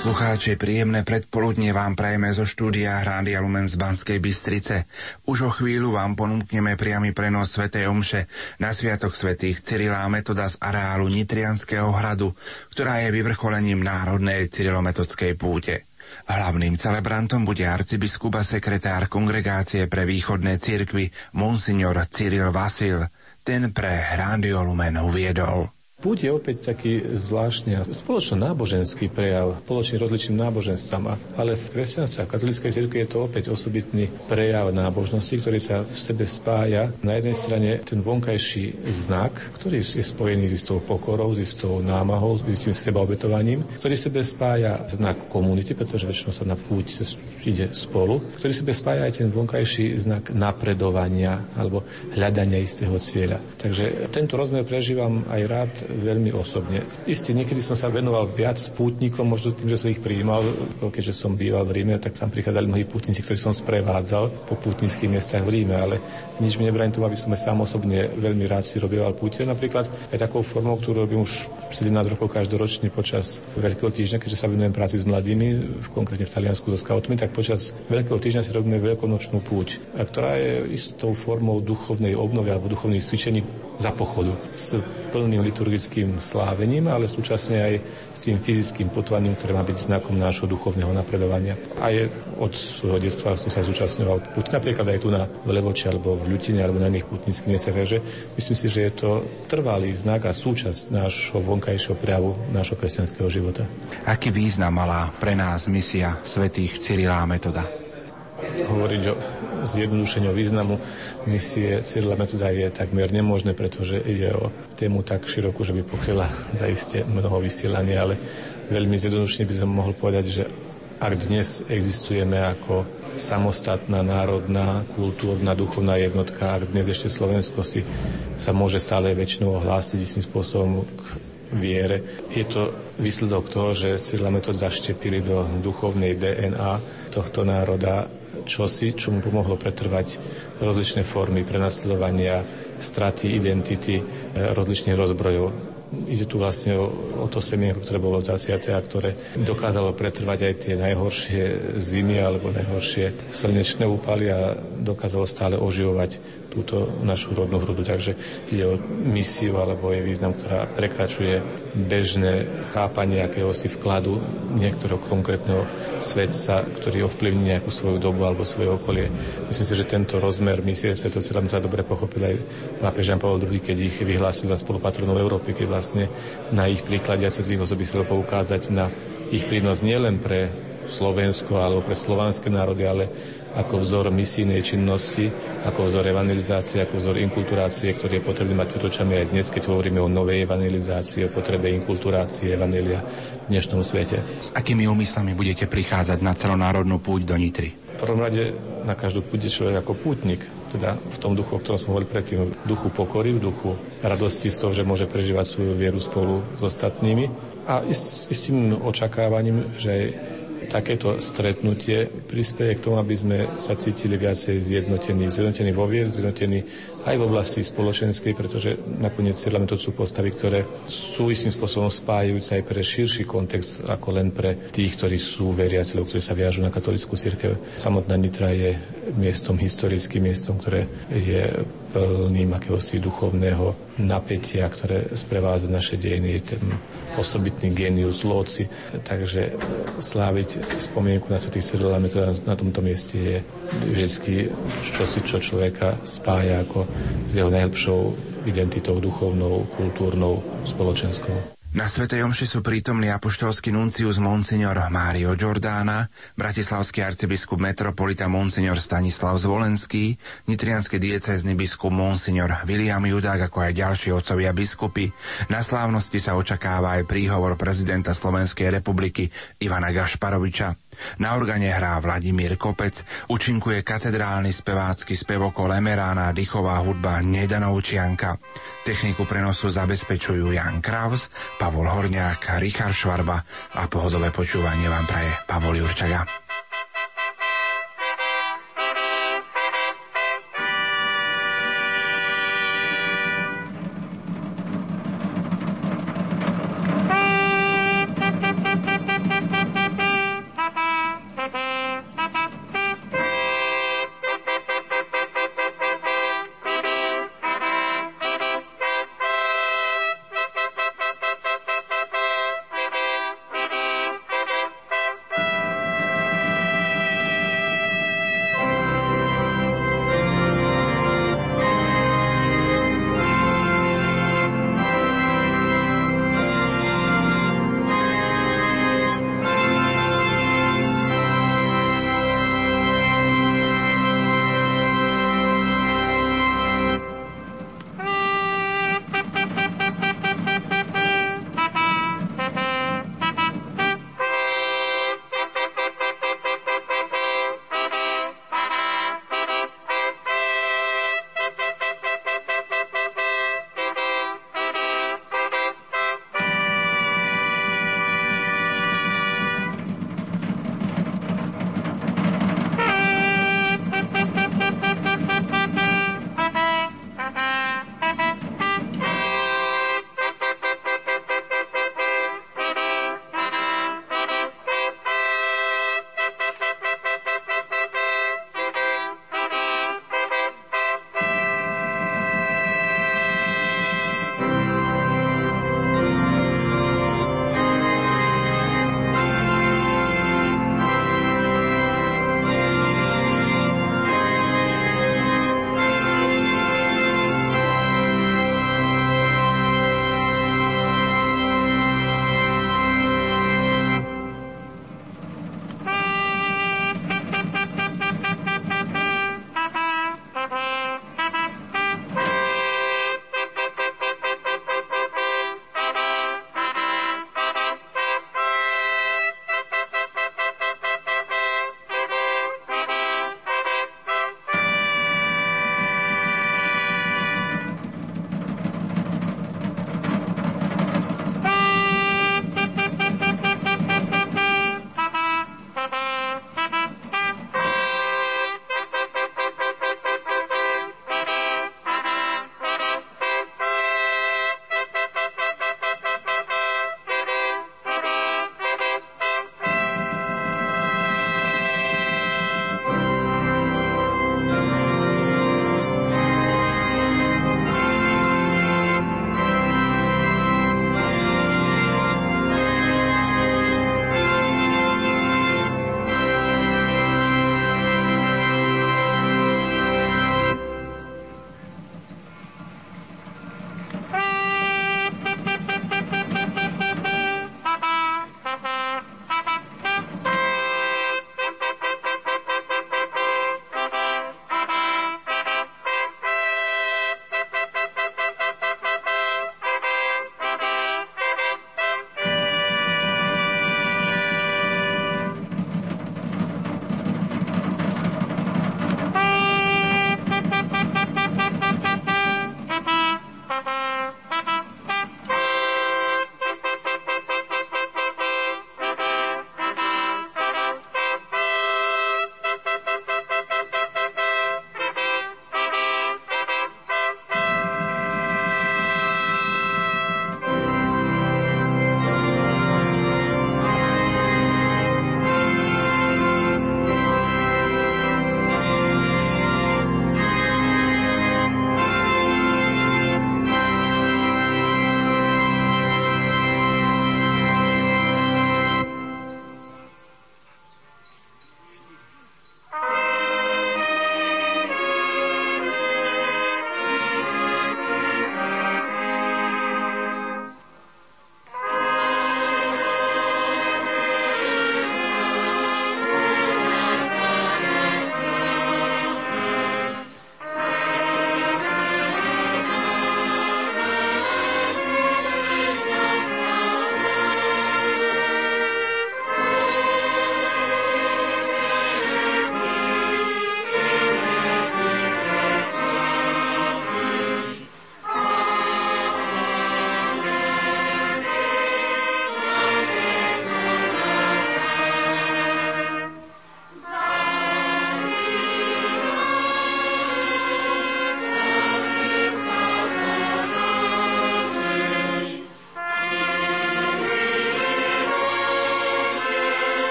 Poslucháči, príjemné predpoludnie vám prajeme zo štúdia Rádia Lumen z Banskej Bystrice. Už o chvíľu vám ponúkneme priamy prenos svätej omše na sviatok svätých Cyrila a Metoda z areálu Nitrianskeho hradu, ktorá je vyvrcholením národnej cyrilometodskej púte. Hlavným celebrantom bude arcibiskup a sekretár Kongregácie pre východné cirkvi Monsignor Cyril Vasil. Ten pre Rádio Lumen uviedol. Púť je opäť taký zvláštny a spoločno-náboženský prejav, spoločný rozličným náboženstvám, ale v kresťanstve a katolíckej cirkvi je to opäť osobitný prejav nábožnosti, ktorý sa v sebe spája. Na jednej strane ten vonkajší znak, ktorý je spojený s istou pokorou, s istou námahou, s istým sebaobetovaním, ktorý v sebe spája znak komunity, pretože väčšinou sa na púť ide spolu, ktorý v sebe spája aj ten vonkajší znak napredovania alebo hľadania istého cieľa. Takže tento rozmer prežívam aj rád veľmi osobne. Isté, niekedy som sa venoval viac pútnikom, možno tým, že som ich prijímal, keďže som býval v Ríme, tak tam prichádzali mnohí pútnici, ktorí som sprevádzal po pútnických miestach v Ríme, ale nič mi nebráni tomu, aby som aj sám osobne veľmi rád si robieval púte. Napríklad aj takou formou, ktorú robím už 17 rokov každoročne počas Veľkého týždňa, keďže sa venujem práci s mladými, konkrétne v Taliansku so skautmi, tak počas Veľkého týždňa si robíme veľkonočnú púť, ktorá je istou formou duchovnej obnovy alebo duchovných cvičení za pochodu s plným liturgickým slávením, ale súčasne aj s tým fyzickým potovaním, ktoré má byť znakom nášho duchovného napredovania. A je od svojho detstva som sa zúčastňoval púť, napríklad aj tu na Levoči alebo v Ľutine alebo na iných pútnických miestach, takže myslím si, že je to trvalý znak a súčasť nášho vonkajšieho prejavu nášho kresťanského života. Aký význam mala pre nás misia svätých Cyrila a Metoda? Hovoriť o zjednodušení významu misie Cyrila Metoda je takmer nemožné, pretože ide o tému tak širokú, že by pokryla zaiste mnoho vysielania, ale veľmi zjednodušene by som mohol povedať, že ak dnes existujeme ako samostatná národná, kultúrna, duchovná jednotka, ak dnes ešte Slovensko si sa môže stále väčšinou hlásiť istým spôsobom k viere, je to výsledok toho, že Cyrila Metod zaštepili do duchovnej DNA tohto národa čosi, čo mu pomohlo pretrvať rozličné formy prenasledovania, straty identity, rozličných rozbrojov. Ide tu vlastne o to semienko, ktoré bolo zasiaté a ktoré dokázalo pretrvať aj tie najhoršie zimy alebo najhoršie slnečné úpaly a dokázalo stále oživovať túto našu rodnú hrudu. Takže ide o misiu alebo jej význam, ktorá prekračuje bežné chápanie akéhosi vkladu niektorého konkrétneho svetca, ktorý ovplyvní nejakú svoju dobu alebo svoje okolie. Myslím si, že tento rozmer misie Svätého Cyrila Metoda dobre pochopil aj pápež Ján Pavol II, keď ich vyhlásil za spolupatronov Európy, keď vlastne na ich príklade sa z ich osoby chcel poukázať na ich prínos nielen pre Slovensko alebo pre slovanské národy, ale ako vzor misijnej činnosti, ako vzor evangelizácie, ako vzor inkulturácie, ktorý je potrebný mať pred očami aj dnes, keď hovoríme o novej evangelizácii, o potrebe inkulturácie evangelia v dnešnom svete. S akými úmyslami budete prichádzať na celonárodnú púť do Nitry? V prvom rade na každú púť je človek ako pútnik, teda v tom duchu, o ktorom som hovoril predtým, v duchu pokory, v duchu radosti z toho, že môže prežívať svoju vieru spolu s ostatnými a s tým očakávaním, že takéto stretnutie prispieje k tomu, aby sme sa cítili viacej zjednotení vo viere, zjednotení aj v oblasti spoločenskej, pretože nakoniec Cyrila Metod sú postavy, ktoré sú istým spôsobom spájajúce aj pre širší kontext, ako len pre tých, ktorí sú veriaci, ktorí sa viažú na katolícku cirkev. Samotná Nitra je miestom historickým, miestom, ktoré je plným akéhosi duchovného napätia, ktoré sprevádza naše dejiny, ten osobitný génius loci. Takže sláviť spomienku na svätých Cyrila a Metoda na tomto mieste je vždy čosi, čo človeka spája ako s jeho najlepšou identitou duchovnou, kultúrnou, spoločenskou. Na svätej omši sú prítomní apoštolský nuncius Monsignor Mário Giordana, bratislavský arcibiskup metropolita Monsignor Stanislav Zvolenský, nitriansky diecézny biskup Monsignor William Judák, ako aj ďalší otcovia biskupy. Na slávnosti sa očakáva aj príhovor prezidenta Slovenskej republiky Ivana Gašparoviča. Na organe hrá Vladimír Kopec, účinkuje katedrálny spevácky spevokol Emerána a dýchová hudba Nedanovčianka. Techniku prenosu zabezpečujú Jan Kraus, Pavol Horňák, Richard Švarba a pohodové počúvanie vám praje Pavol Jurčaga.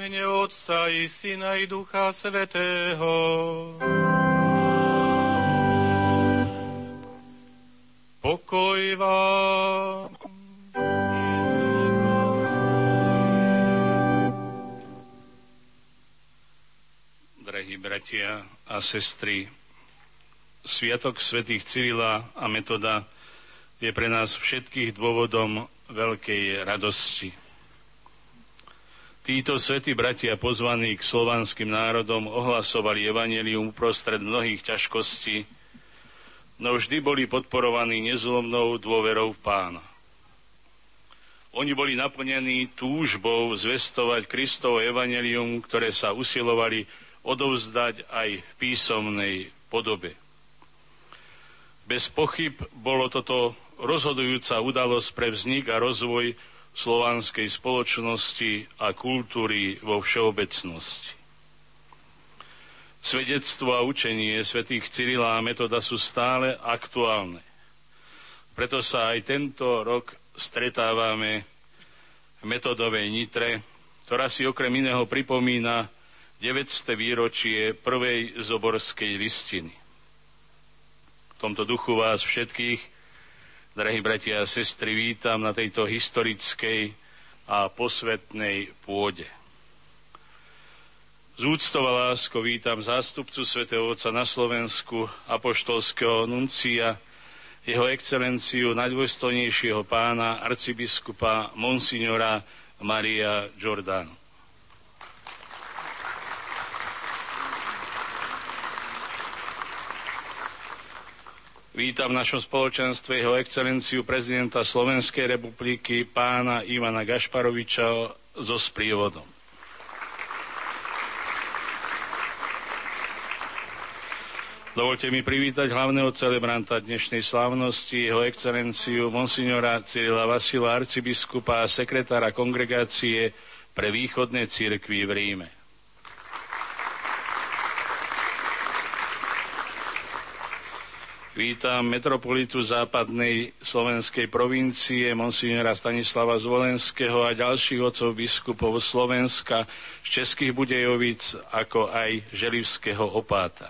mene Otca i Syna i Ducha Svätého. Pokoj vám. Drahí bratia a sestry, Sviatok svätých Cyrila a Metoda je pre nás všetkých dôvodom veľkej radosti. Títo svätí bratia pozvaní k slovanským národom ohlasovali evanjelium uprostred mnohých ťažkostí, no vždy boli podporovaní nezlomnou dôverou v Pána. Oni boli naplnení túžbou zvestovať Kristovo evanjelium, ktoré sa usilovali odovzdať aj v písomnej podobe. Bez pochyb bolo toto rozhodujúca udalosť pre vznik a rozvoj slovanskej spoločnosti a kultúry vo všeobecnosti. Svedectvo a učenie svätých Cyrila a Metoda sú stále aktuálne. Preto sa aj tento rok stretávame v Metodovej Nitre, ktorá si okrem iného pripomína 900. výročie prvej zoborskej listiny. V tomto duchu vás všetkých, drahí bratia a sestry, vítam na tejto historickej a posvätnej pôde. Z úctou a láskou vítam zástupcu svätého Otca na Slovensku, apoštolského nuncia, jeho excelenciu najdôstojnejšieho pána arcibiskupa monsignora Maria Giordano. Vítam v našom spoločenstve jeho excelenciu prezidenta Slovenskej republiky pána Ivana Gašparoviča so sprievodom. Dovolte mi privítať hlavného celebranta dnešnej slávnosti, jeho excelenciu monsignora Cyrila Vasila, arcibiskupa a sekretára kongregácie pre východné cirkvi v Ríme. Vítam metropolitu západnej slovenskej provincie, monsignora Stanislava Zvolenského a ďalších otcov biskupov Slovenska, z Českých Budejovic, ako aj Želivského Opáta.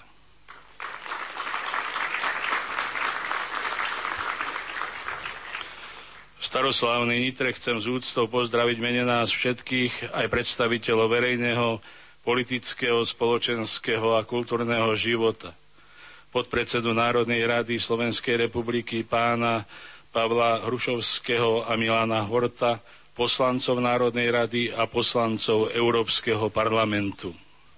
V staroslávnej Nitre chcem z úctou pozdraviť mene nás všetkých aj predstaviteľov verejného, politického, spoločenského a kultúrneho života. Podpredsedu Národnej rady Slovenskej republiky pána Pavla Hrušovského a Milana Horta, poslancov Národnej rady a poslancov Európskeho parlamentu.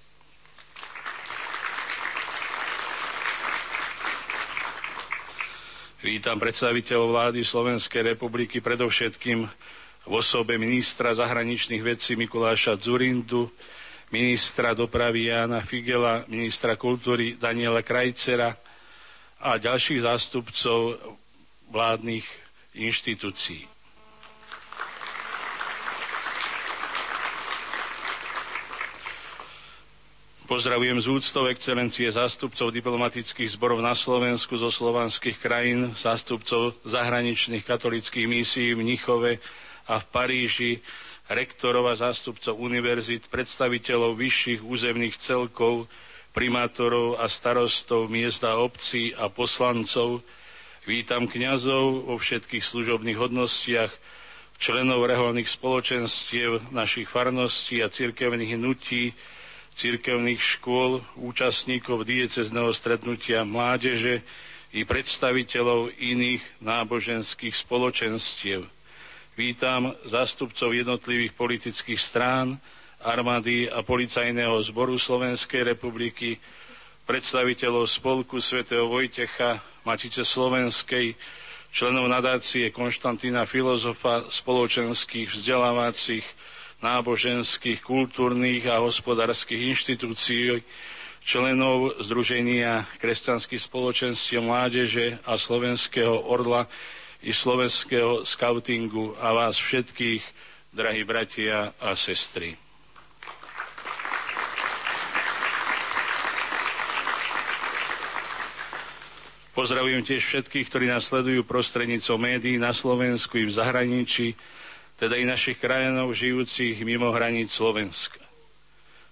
Vítam predstaviteľov vlády Slovenskej republiky, predovšetkým v osobe ministra zahraničných vecí Mikuláša Dzurindu, ministra dopravy Jána Figela, ministra kultúry Daniela Krajcera a ďalších zástupcov vládnych inštitúcií. Pozdravujem z úctou excelencie zástupcov diplomatických zborov na Slovensku zo slovanských krajín, zástupcov zahraničných katolických misií v Mnichove a v Paríži, rektorov a zástupcov univerzít, predstaviteľov vyšších územných celkov, primátorov a starostov miest a obcí a poslancov. Vítam kňazov vo všetkých služobných hodnostiach, členov reholných spoločenstiev našich farností a cirkevných hnutí, cirkevných škôl, účastníkov diecézneho stretnutia mládeže i predstaviteľov iných náboženských spoločenstiev. Vítam zástupcov jednotlivých politických strán, armády a policajného zboru Slovenskej republiky, predstaviteľov spolku svätého Vojtecha, Matice Slovenskej, členov nadácie Konštantína Filozofa, spoločenských, vzdelávacích, náboženských, kultúrnych a hospodárskych inštitúcií, členov Združenia kresťanských spoločenstiev mládeže a Slovenského orla i slovenského skautingu a vás všetkých, drahí bratia a sestry. Pozdravujem tiež všetkých, ktorí nás sledujú prostredníctvom médií na Slovensku i v zahraničí, teda i našich krajanov žijúcich mimo hraníc Slovenska.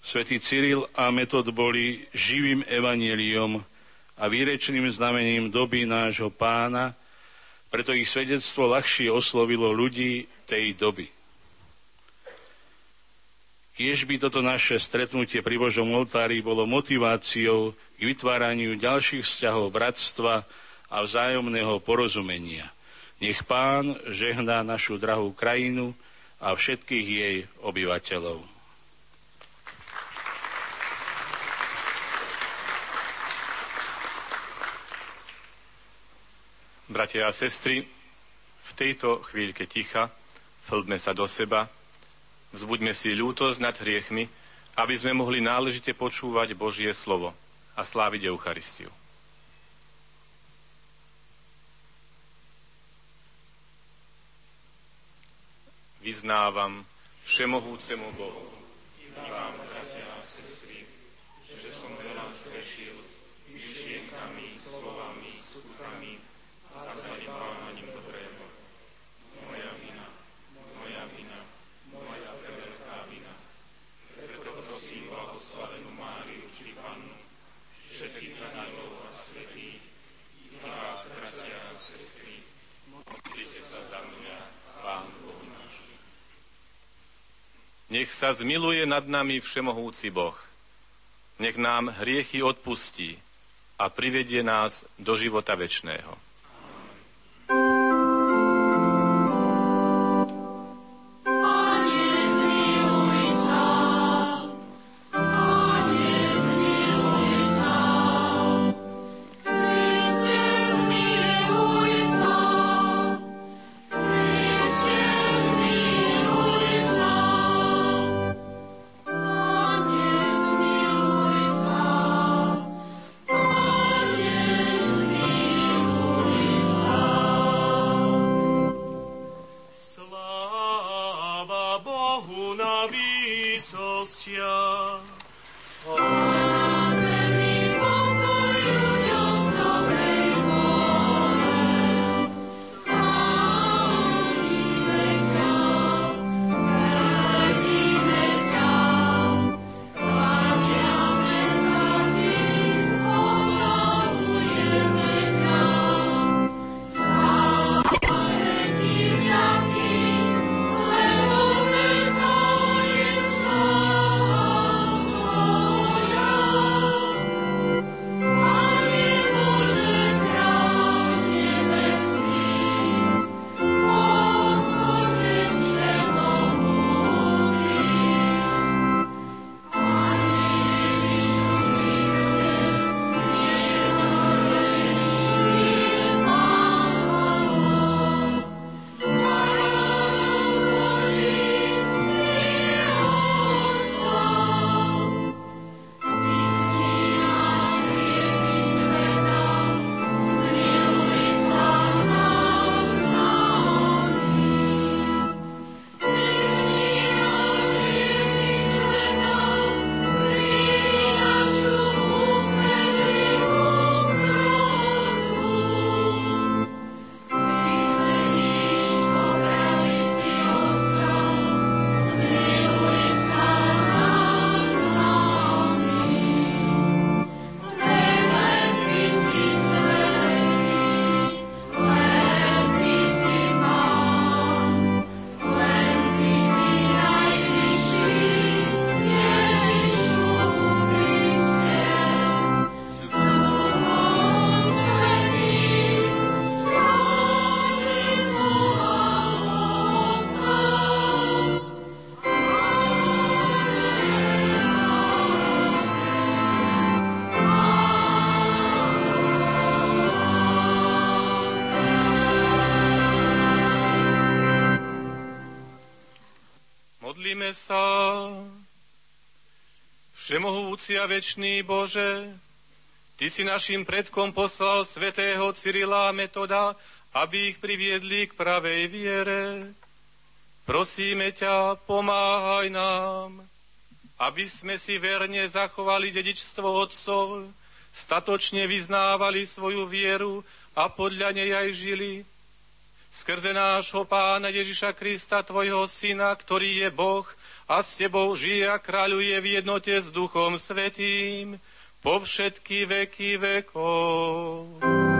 Svätý Cyril a Metod boli živým evanjeliom a výrečným znamením doby nášho Pána, preto ich svedectvo ľahšie oslovilo ľudí tej doby. Kiež by toto naše stretnutie pri Božom oltári bolo motiváciou k vytváraniu ďalších vzťahov bratstva a vzájomného porozumenia. Nech Pán žehná našu drahú krajinu a všetkých jej obyvateľov. Bratia a sestry, v tejto chvíľke ticha vhlbme sa do seba, vzbuďme si ľútosť nad hriechmi, aby sme mohli náležite počúvať Božie slovo a sláviť Eucharistiu. Vyznávam všemohúcemu Bohu i vám, bratia a sestry, že som veľa zhrešil myšlienkami, slovami, skutkami a zanedbávaním dobrého. Moja vina, moja veľká vina. Preto prosím blahoslavenú Máriu, či Pannu, všetkých anielov a svätých, i vás, bratia a sestry, modlite sa za mňa, Pán Boh náš. Nech sa zmiluje nad nami všemohúci Boh. Nech nám hriechy odpustí a privedie nás do života večného. Modlíme sa. Všemohúci a večný Bože, Ty si našim predkom poslal svätého Cyrila a Metoda, aby ich priviedli k pravej viere. Prosíme ťa, pomáhaj nám, aby sme si verne zachovali dedičstvo otcov, statočne vyznávali svoju vieru a podľa nej aj žili. Skrze nášho Pána Ježiša Krista, Tvojho Syna, ktorý je Boh a s tebou žije a kráľuje v jednote s Duchom Svätým po všetky veky vekov.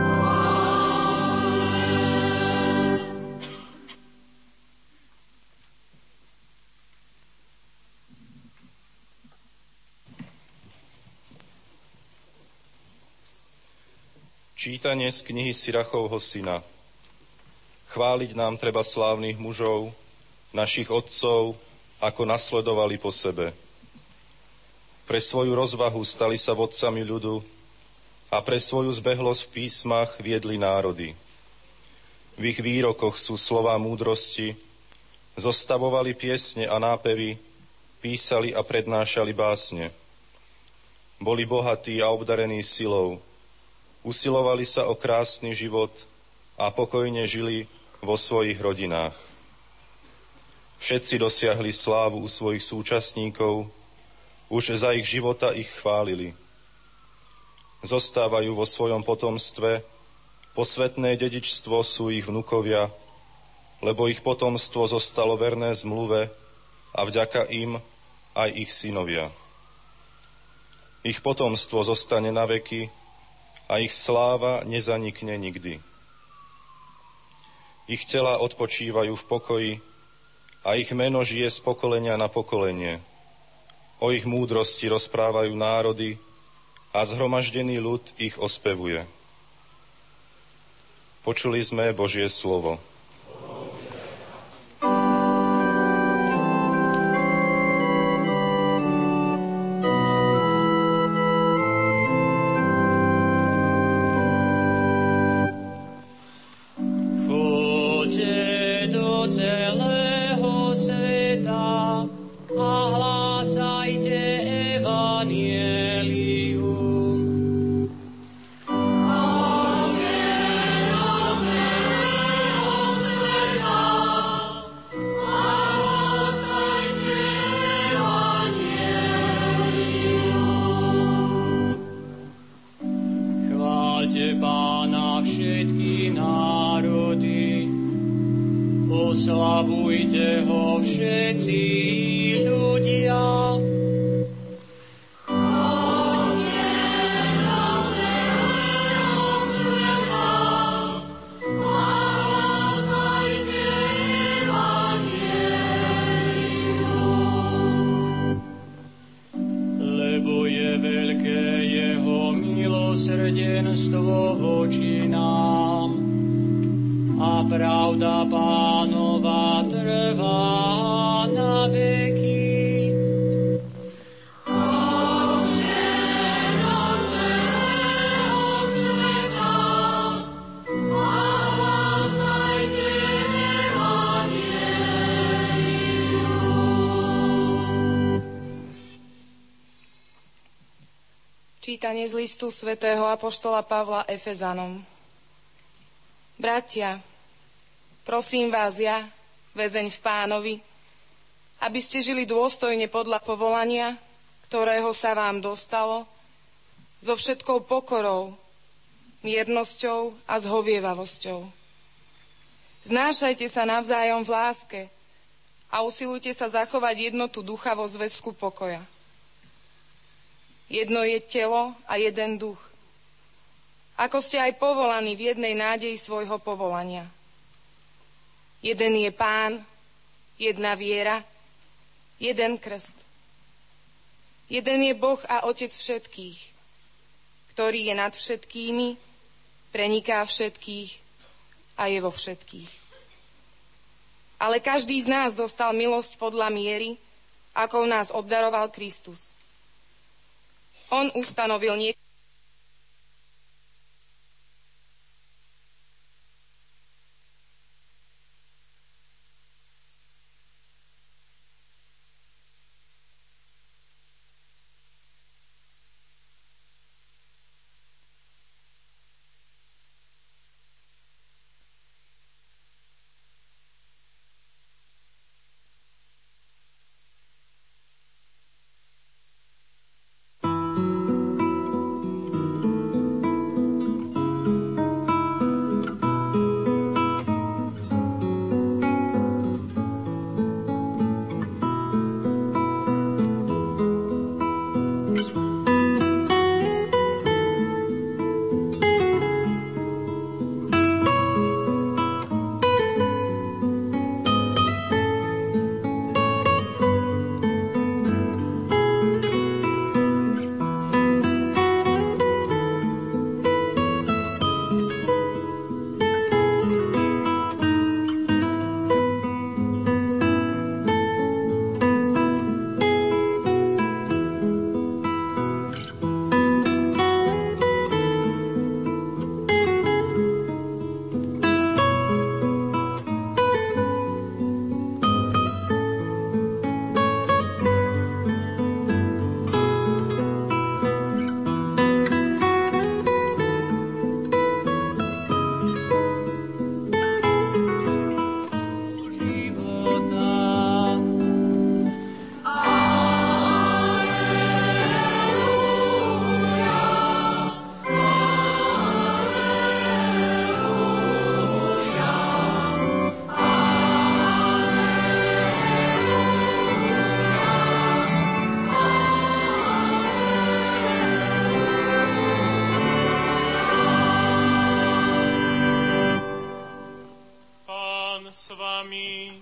Čítanie z knihy Sirachovho syna. Chváliť nám treba slávnych mužov, našich otcov, ako nasledovali po sebe. Pre svoju rozvahu stali sa vodcami ľudu a pre svoju zbehlosť v písmach viedli národy. V ich výrokoch sú slová múdrosti, zostavovali piesne a nápevy, písali a prednášali básne. Boli bohatí a obdarení silou, usilovali sa o krásny život a pokojne žili vo svojich rodinách. Všetci dosiahli slávu u svojich súčasníkov, už za ich života ich chválili. Zostávajú vo svojom potomstve, posvätné dedičstvo sú ich vnukovia, lebo ich potomstvo zostalo verné zmluve a vďaka im aj ich synovia. Ich potomstvo zostane na veky, a ich sláva nezanikne nikdy. Ich tela odpočívajú v pokoji a ich meno žije z pokolenia na pokolenie. O ich múdrosti rozprávajú národy a zhromaždený ľud ich ospevuje. Počuli sme Božie slovo. Oslavujte ho všetci ľudia. Choďte do celého sveta a hlásajte evanjelium. Lebo je veľké jeho milosrdenstvo voči nám a pravda Pánova trvá na veky. Choďte do celého sveta a hlásajte evanjelium. Čítanie z listu svätého apoštola Pavla Efezanom. Bratia, prosím vás ja, väzeň v Pánovi, aby ste žili dôstojne podľa povolania, ktorého sa vám dostalo, so všetkou pokorou, miernosťou a zhovievavosťou. Znášajte sa navzájom v láske a usilujte sa zachovať jednotu ducha vo zväzku pokoja. Jedno je telo a jeden duch. Ako ste aj povolaní v jednej nádeji svojho povolania. Jeden je Pán, jedna viera, jeden krst. Jeden je Boh a Otec všetkých, ktorý je nad všetkými, preniká všetkých a je vo všetkých. Ale každý z nás dostal milosť podľa miery, akou nás obdaroval Kristus. On ustanovil niektoré s vami.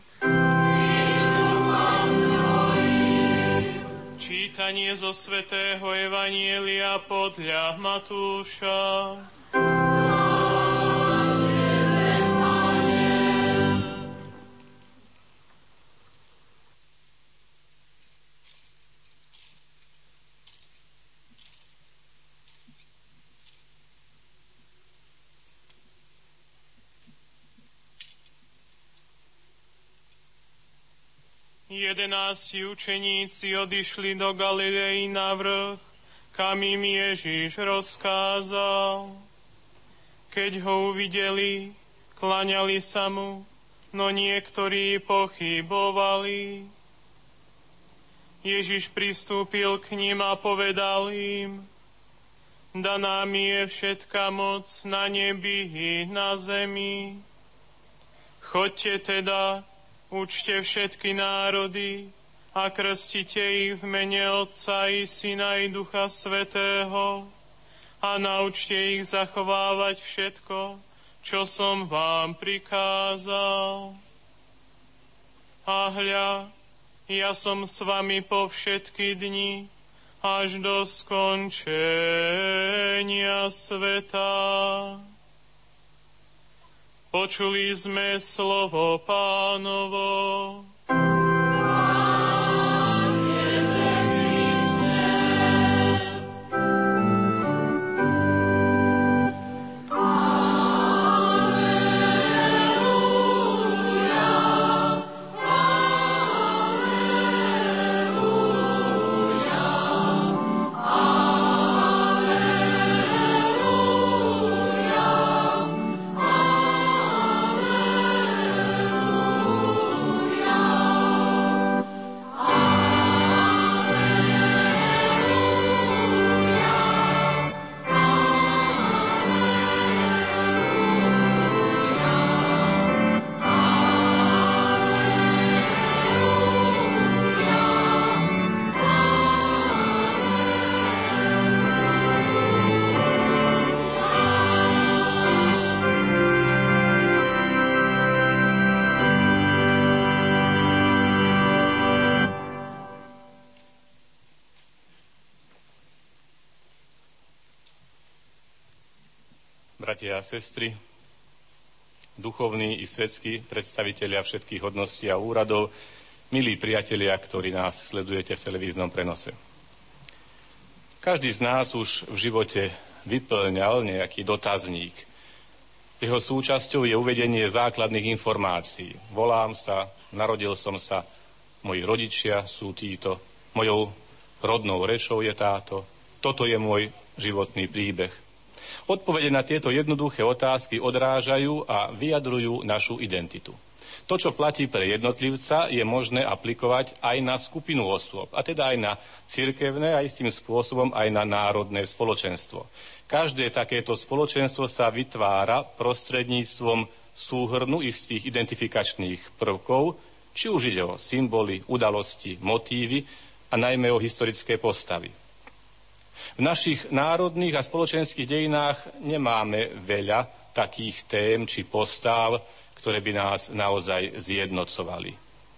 Čítanie zo svätého Evanjelia podľa Matúša. Jedenácti učeníci odišli do Galilei na vrch, kam im Ježiš rozkázal. Keď ho uvideli, klaňali sa mu, no niektorí pochybovali. Ježiš pristúpil k nim a povedal im: daná mi je všetká moc na nebi i na zemi. Choďte teda, učte všetky národy a krstite ich v mene Otca i Syna i Ducha Svätého a naučte ich zachovávať všetko, čo som vám prikázal. A hľa, ja som s vami po všetky dni, až do skončenia sveta. Počuli sme slovo Pánovo. Bratia a sestry, duchovní i svetskí predstavitelia všetkých hodností a úradov, milí priatelia, ktorí nás sledujete v televíznom prenose. Každý z nás už v živote vyplňal nejaký dotazník. Jeho súčasťou je uvedenie základných informácií. Volám sa, narodil som sa, moji rodičia sú títo, mojou rodnou rečou je táto, toto je môj životný príbeh. Odpovede na tieto jednoduché otázky odrážajú a vyjadrujú našu identitu. To, čo platí pre jednotlivca, je možné aplikovať aj na skupinu osôb, a teda aj na cirkevné, aj istým spôsobom aj na národné spoločenstvo. Každé takéto spoločenstvo sa vytvára prostredníctvom súhrnu istých identifikačných prvkov, či už ide o symboly, udalosti, motívy a najmä o historické postavy. V našich národných a spoločenských dejinách nemáme veľa takých tém či postáv, ktoré by nás naozaj zjednocovali.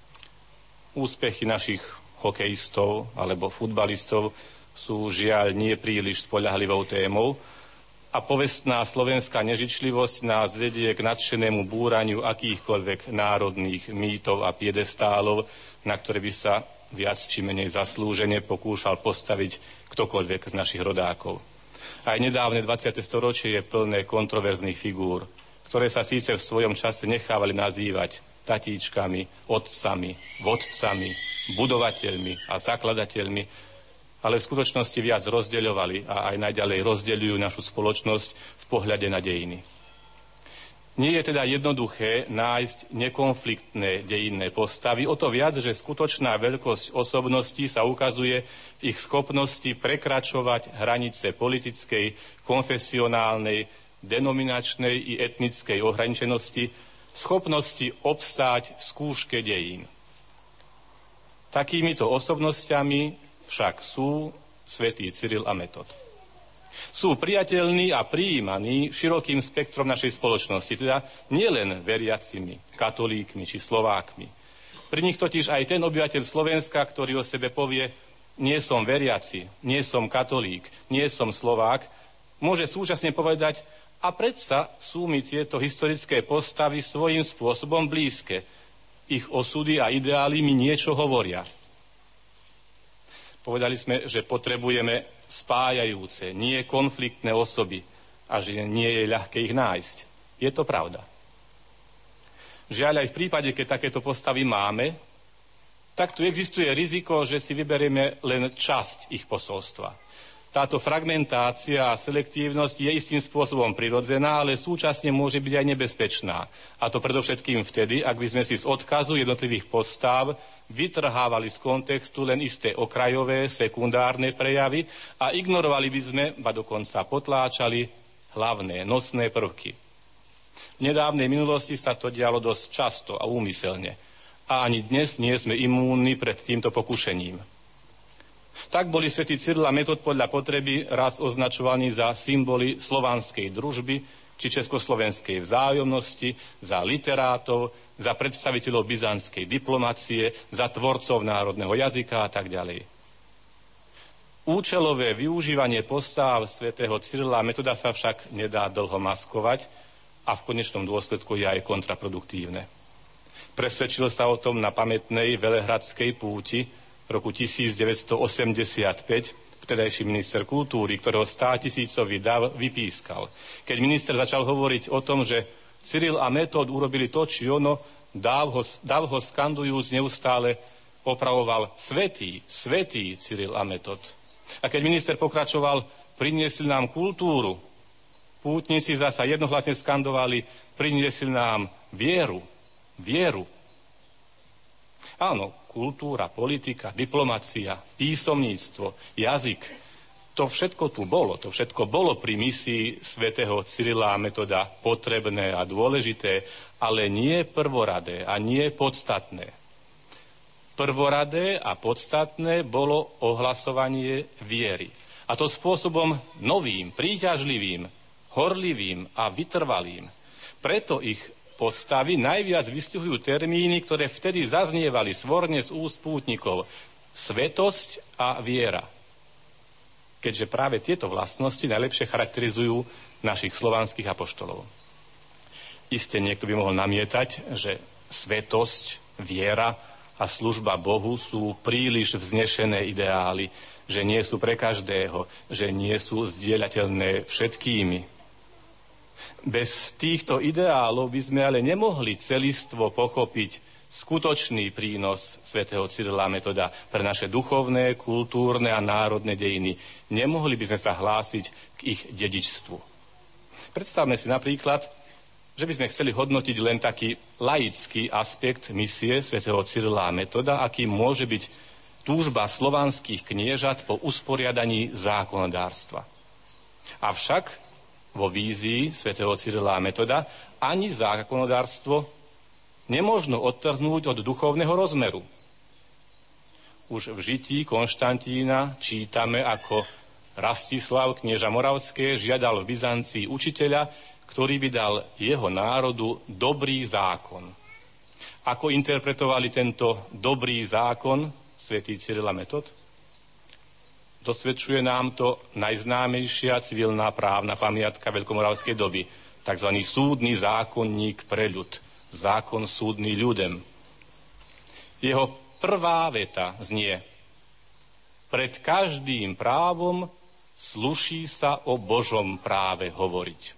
Úspechy našich hokejistov alebo futbalistov sú žiaľ nie príliš spoľahlivou témou a povestná slovenská nežičlivosť nás vedie k nadšenému búraniu akýchkoľvek národných mýtov a piedestálov, na ktoré by sa viac či menej zaslúžene pokúšal postaviť ktokoľvek z našich rodákov. Aj nedávne 20. storočie je plné kontroverzných figúr, ktoré sa síce v svojom čase nechávali nazývať tatíčkami, otcami, vodcami, budovateľmi a zakladateľmi, ale v skutočnosti viac rozdeľovali a aj naďalej rozdeľujú našu spoločnosť v pohľade na dejiny. Nie je teda jednoduché nájsť nekonfliktné dejinné postavy, o to viac, že skutočná veľkosť osobností sa ukazuje v ich schopnosti prekračovať hranice politickej, konfesionálnej, denominačnej i etnickej ohraničenosti, schopnosti obstáť v skúške dejín. Takýmito osobnostiami však sú svätý Cyril a Metod. Sú priateľní a prijímaní širokým spektrom našej spoločnosti, teda nielen veriacimi, katolíkmi či Slovákmi. Pri nich totiž aj ten obyvateľ Slovenska, ktorý o sebe povie, nie som veriaci, nie som katolík, nie som Slovák, môže súčasne povedať, a predsa sú mi tieto historické postavy svojím spôsobom blízke. Ich osudy a ideály mi niečo hovoria. Povedali sme, že potrebujeme spájajúce, nie konfliktné osoby a že nie je ľahké ich nájsť. Je to pravda. Žiaľ, aj v prípade, keď takéto postavy máme, tak tu existuje riziko, že si vyberieme len časť ich posolstva. Táto fragmentácia a selektívnosť je istým spôsobom prirodzená, ale súčasne môže byť aj nebezpečná. A to predovšetkým vtedy, ak by sme si z odkazu jednotlivých postáv vytrhávali z kontextu len isté okrajové, sekundárne prejavy a ignorovali by sme, ba dokonca potláčali, hlavné, nosné prvky. V nedávnej minulosti sa to dialo dosť často a úmyselne. A ani dnes nie sme imúnni pred týmto pokušením. Tak boli svätý Cyril a Metod podľa potreby raz označovaní za symboly slovanskej družby či československej vzájomnosti, za literátov, za predstaviteľov byzantskej diplomacie, za tvorcov národného jazyka a tak ďalej. Účelové využívanie postáv svätého Cyrila a Metoda sa však nedá dlho maskovať a v konečnom dôsledku je aj kontraproduktívne. Presvedčil sa o tom na pamätnej velehradskej púti v roku 1985 vtedajší minister kultúry, ktorého 100-tisícový dav vypískal. Keď minister začal hovoriť o tom, že Cyril a Metod urobili to, či ono, dav ho skandujúc neustále opravoval svätý, svätý Cyril a Metod. A keď minister pokračoval, priniesli nám kultúru, pútnici zasa jednohlasne skandovali, priniesli nám vieru, vieru. Áno, kultúra, politika, diplomacia, písomníctvo, jazyk, to všetko tu bolo. To všetko bolo pri misii svätého Cyrila a Metoda potrebné a dôležité, ale nie prvoradé a nie podstatné. Prvoradé a podstatné bolo ohlasovanie viery. A to spôsobom novým, príťažlivým, horlivým a vytrvalým. Preto ich postavy najviac vystihujú termíny, ktoré vtedy zaznievali svorne z úst pútnikov. Svetosť a viera. Keďže práve tieto vlastnosti najlepšie charakterizujú našich slovanských apoštolov. Iste niekto by mohol namietať, že svetosť, viera a služba Bohu sú príliš vznešené ideály, že nie sú pre každého, že nie sú zdieľateľné všetkými. Bez týchto ideálov by sme ale nemohli celistvo pochopiť skutočný prínos svätého Cyrila a Metoda pre naše duchovné, kultúrne a národné dejiny. Nemohli by sme sa hlásiť k ich dedičstvu. Predstavme si napríklad, že by sme chceli hodnotiť len taký laický aspekt misie svätého Cyrila a Metoda, aký môže byť túžba slovanských kniežat po usporiadaní zákonodárstva. Avšak vo vízii svätého Cyrila a Metoda ani zákonodárstvo nemožno odtrhnúť od duchovného rozmeru. Už v žití Konštantína čítame, ako Rastislav, knieža Moravské, žiadal v Byzancii učiteľa, ktorý by dal jeho národu dobrý zákon. Ako interpretovali tento dobrý zákon svätý Cyril a Metod? Dosvedčuje nám to najznámejšia civilná právna pamiatka veľkomoravskej doby, tzv. Súdny zákonník pre ľud, zákon súdny ľudem. Jeho prvá veta znie: pred každým právom sluší sa o Božom práve hovoriť.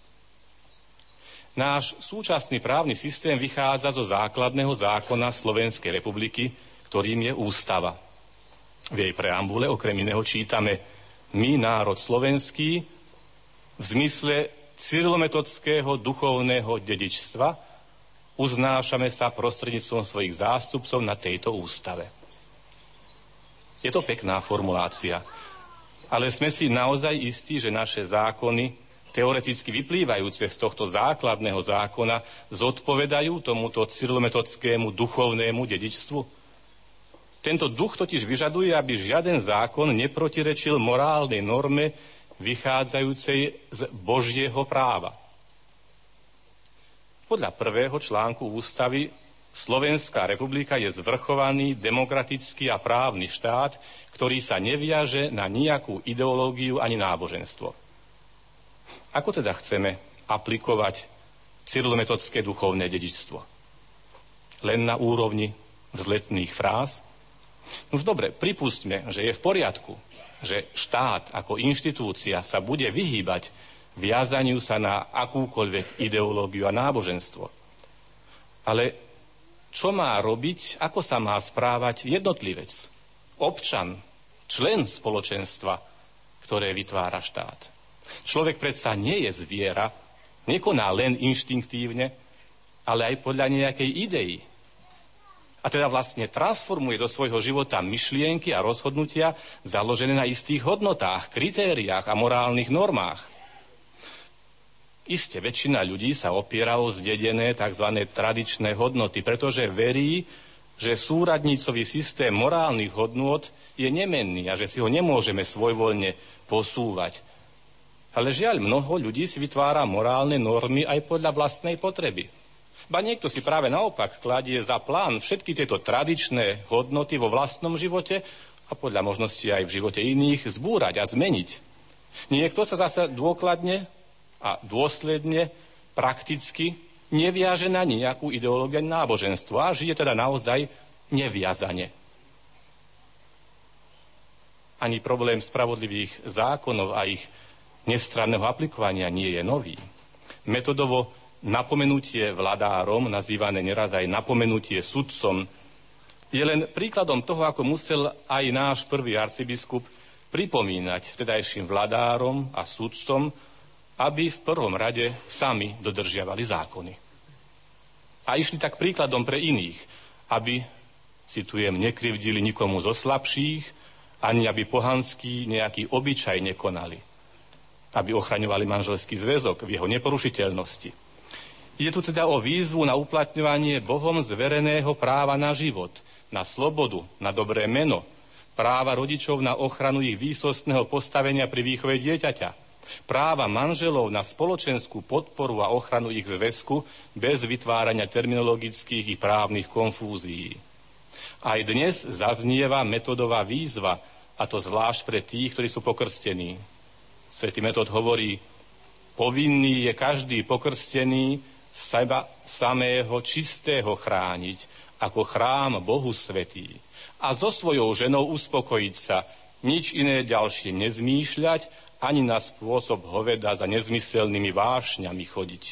Náš súčasný právny systém vychádza zo základného zákona Slovenskej republiky, ktorým je ústava. V jej preambule okrem iného čítame: my, národ slovenský, v zmysle cyrilometodského duchovného dedičstva uznášame sa prostredníctvom svojich zástupcov na tejto ústave. Je to pekná formulácia, ale sme si naozaj istí, že naše zákony, teoreticky vyplývajúce z tohto základného zákona, zodpovedajú tomuto cyrilometodskému duchovnému dedičstvu? Tento duch totiž vyžaduje, aby žiaden zákon neprotirečil morálnej norme vychádzajúcej z Božieho práva. Podľa 1. článku ústavy Slovenská republika je zvrchovaný, demokratický a právny štát, ktorý sa neviaže na nejakú ideológiu ani náboženstvo. Ako teda chceme aplikovať cyrilometodské duchovné dedičstvo? Len na úrovni vzletných fráz? Už dobre, pripustme, že je v poriadku, že štát ako inštitúcia sa bude vyhýbať viazaniu sa na akúkoľvek ideológiu a náboženstvo. Ale čo má robiť, ako sa má správať jednotlivec, občan, člen spoločenstva, ktoré vytvára štát? Človek predsa nie je zviera, nekoná len inštinktívne, ale aj podľa nejakej idei. A teda vlastne transformuje do svojho života myšlienky a rozhodnutia založené na istých hodnotách, kritériách a morálnych normách. Isté, väčšina ľudí sa opiera o zdedené tzv. Tradičné hodnoty, pretože verí, že súradnicový systém morálnych hodnôt je nemenný a že si ho nemôžeme svojvoľne posúvať. Ale žiaľ, mnoho ľudí si vytvára morálne normy aj podľa vlastnej potreby. Ba niekto si práve naopak kladie za plán všetky tieto tradičné hodnoty vo vlastnom živote a podľa možností aj v živote iných zbúrať a zmeniť. Niekto sa zase dôkladne a dôsledne, prakticky neviaže na nejakú ideológiu náboženstva a žije teda naozaj neviazane. Ani problém spravodlivých zákonov a ich nestranného aplikovania nie je nový. Metodovo napomenutie vladárom, nazývané neraz aj napomenutie sudcom, je len príkladom toho, ako musel aj náš prvý arcibiskup pripomínať vtedajším vladárom a sudcom, aby v prvom rade sami dodržiavali zákony. A išli tak príkladom pre iných, aby, citujem, nekrivdili nikomu zo slabších, ani aby pohanský nejaký obyčaj nekonali. Aby ochraňovali manželský zväzok v jeho neporušiteľnosti. Ide tu teda o výzvu na uplatňovanie Bohom zvereného práva na život, na slobodu, na dobré meno, práva rodičov na ochranu ich výsostného postavenia pri výchove dieťaťa, práva manželov na spoločenskú podporu a ochranu ich zväzku bez vytvárania terminologických i právnych konfúzií. Aj dnes zaznieva metodová výzva, a to zvlášť pre tých, ktorí sú pokrstení. Svätý Metod hovorí, povinný je každý pokrstený seba samého čistého chrániť, ako chrám Bohu svätý. A so svojou ženou uspokojiť sa, nič iné ďalšie nezmýšľať, ani na spôsob hoveda za nezmyselnými vášňami chodiť.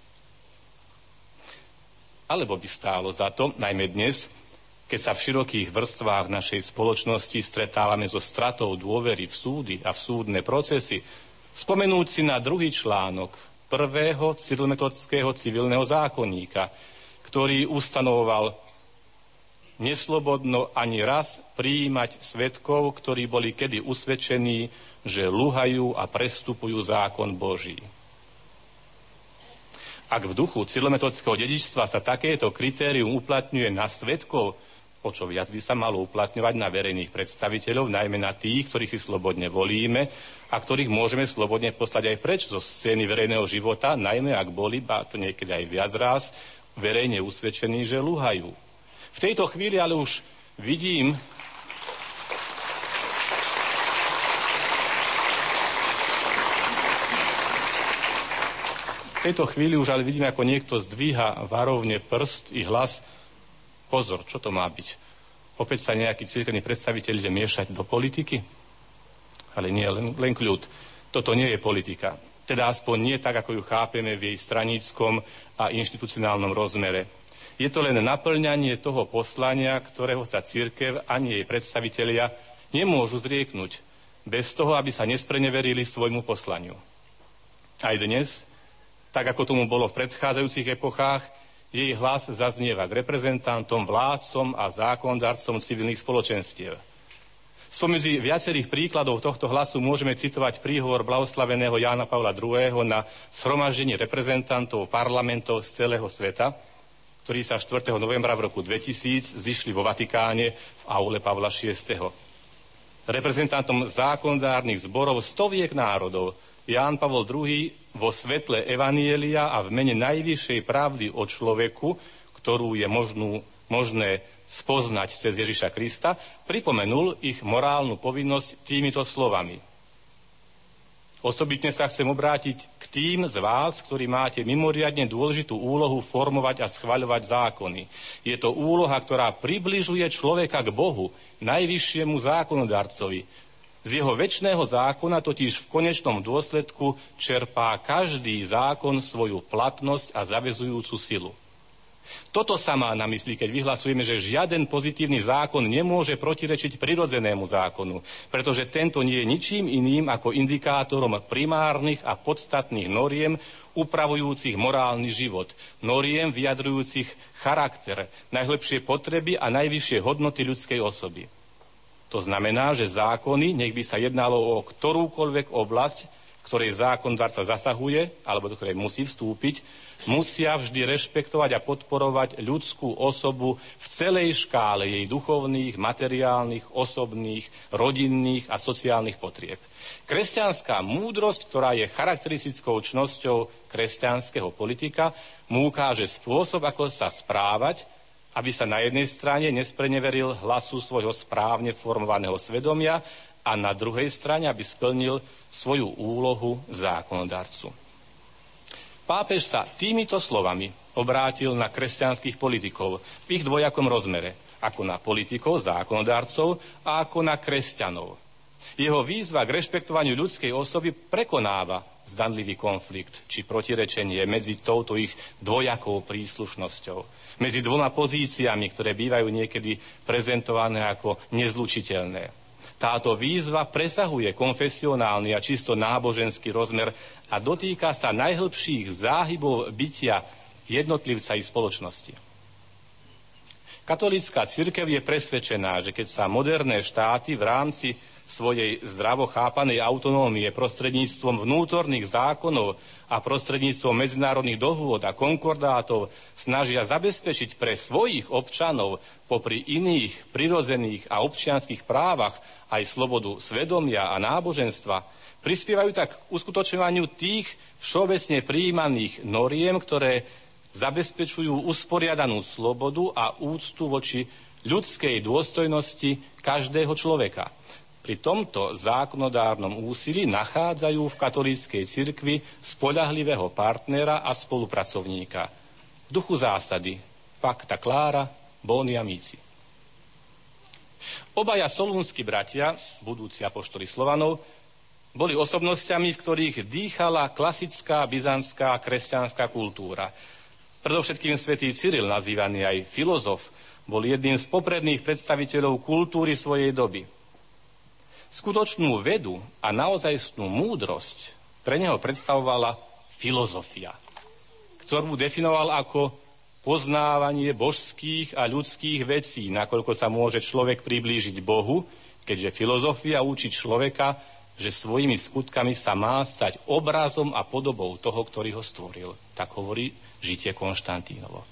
Alebo by stálo za to, najmä dnes, keď sa v širokých vrstvách našej spoločnosti stretávame so stratou dôvery v súdy a v súdne procesy, spomenúť si na druhý článok 1. cyrilometodského civilného zákonníka, ktorý ustanovoval neslobodno ani raz prijímať svedkov, ktorí boli kedy usvedčení, že luhajú a prestupujú zákon Boží. Ak v duchu cyrilometodského dedičstva sa takéto kritérium uplatňuje na svedkov, o čo viac by sa malo uplatňovať na verejných predstaviteľov, najmä na tých, ktorých si slobodne volíme a ktorých môžeme slobodne poslať aj preč zo scény verejného života, najmä ak boli, ba to niekedy aj viac raz, verejne usvedčení, že luhajú. V tejto chvíli ale už vidím, ako niekto zdvíha varovne prst i hlas. Pozor, čo to má byť? Opäť sa nejaký cirkevný predstaviteľ ide miešať do politiky? Ale nie, len kľud. Toto nie je politika. Teda aspoň nie tak, ako ju chápeme v jej straníckom a inštitucionálnom rozmere. Je to len naplňanie toho poslania, ktorého sa cirkev ani jej predstavitelia nemôžu zrieknúť, bez toho, aby sa nespreneverili svojmu poslaniu. Aj dnes, tak ako tomu bolo v predchádzajúcich epochách, jej hlas zaznieva k reprezentantom, vládcom a zákonodarcom civilných spoločenstiev. Spomedzi viacerých príkladov tohto hlasu môžeme citovať príhovor blahoslaveného Jána Pavla II. Na zhromaždenie reprezentantov parlamentov z celého sveta, ktorí sa 4. novembra v roku 2000 zišli vo Vatikáne v aule Pavla VI. reprezentantom zákonodárnych zborov stoviek národov. Ján Pavol II vo svetle Evanielia a v mene najvyššej pravdy o človeku, ktorú je možné spoznať cez Ježiša Krista, pripomenul ich morálnu povinnosť týmito slovami. Osobitne sa chcem obrátiť k tým z vás, ktorí máte mimoriadne dôležitú úlohu formovať a schvaľovať zákony. Je to úloha, ktorá približuje človeka k Bohu, najvyššiemu zákonodarcovi. Z jeho večného zákona totiž v konečnom dôsledku čerpá každý zákon svoju platnosť a zaväzujúcu silu. Toto sa má na mysli, keď vyhlasujeme, že žiaden pozitívny zákon nemôže protirečiť prirodzenému zákonu, pretože tento nie je ničím iným ako indikátorom primárnych a podstatných noriem upravujúcich morálny život, noriem vyjadrujúcich charakter, najhlbšie potreby a najvyššie hodnoty ľudskej osoby. To znamená, že zákony, nech by sa jednalo o ktorúkoľvek oblasť, ktorej zákonodárca zasahuje, alebo do ktorej musí vstúpiť, musia vždy rešpektovať a podporovať ľudskú osobu v celej škále jej duchovných, materiálnych, osobných, rodinných a sociálnych potrieb. Kresťanská múdrosť, ktorá je charakteristickou čnosťou kresťanského politika, mu ukáže spôsob, ako sa správať, aby sa na jednej strane nespreneveril hlasu svojho správne formovaného svedomia a na druhej strane, aby splnil svoju úlohu zákonodarcu. Pápež sa týmito slovami obrátil na kresťanských politikov v ich dvojakom rozmere, ako na politikov, zákonodarcov a ako na kresťanov. Jeho výzva k rešpektovaniu ľudskej osoby prekonáva zdanlivý konflikt či protirečenie medzi touto ich dvojakou príslušnosťou, medzi dvoma pozíciami, ktoré bývajú niekedy prezentované ako nezlučiteľné. Táto výzva presahuje konfesionálny a čisto náboženský rozmer a dotýka sa najhlbších záhybov bytia jednotlivca i spoločnosti. Katolícka cirkev je presvedčená, že keď sa moderné štáty v rámci svojej zdravo chápanej autonómie prostredníctvom vnútorných zákonov a prostredníctvom medzinárodných dohôd a konkordátov snažia zabezpečiť pre svojich občanov popri iných prirodzených a občianskych právach aj slobodu svedomia a náboženstva, prispievajú tak k uskutočňovaniu tých všeobecne prijímaných noriem, ktoré zabezpečujú usporiadanú slobodu a úctu voči ľudskej dôstojnosti každého človeka. Pri tomto zákonodárnom úsilí nachádzajú v katolíckej cirkvi spoľahlivého partnera a spolupracovníka. V duchu zásady Pacta Clara, Bonia Mici. Obaja solúnski bratia, budúci apoštoli Slovanov, boli osobnostiami, v ktorých dýchala klasická byzantská kresťanská kultúra. Predovšetkým svätý Cyril, nazývaný aj filozof, bol jedným z popredných predstaviteľov kultúry svojej doby. Skutočnú vedu a naozajstnú múdrosť pre neho predstavovala filozofia, ktorú definoval ako poznávanie božských a ľudských vecí, nakoľko sa môže človek priblížiť Bohu, keďže filozofia učí človeka, že svojimi skutkami sa má stať obrazom a podobou toho, ktorý ho stvoril. Tak hovorí Žitie Konštantínovo.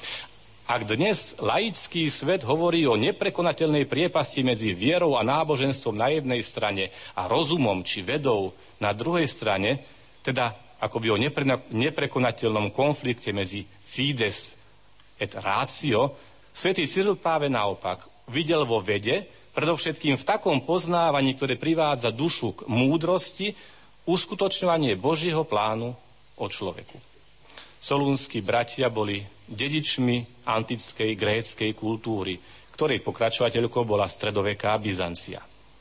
Ak dnes laický svet hovorí o neprekonateľnej priepasti medzi vierou a náboženstvom na jednej strane a rozumom či vedou na druhej strane, teda akoby o neprekonateľnom konflikte medzi fides et ratio, svätý Cyril práve naopak videl vo vede, predovšetkým v takom poznávaní, ktoré privádza dušu k múdrosti, uskutočňovanie Božieho plánu o človeku. Solúnski bratia boli dedičmi antickej gréckej kultúry, ktorej pokračovateľkou bola stredoveká Byzancia.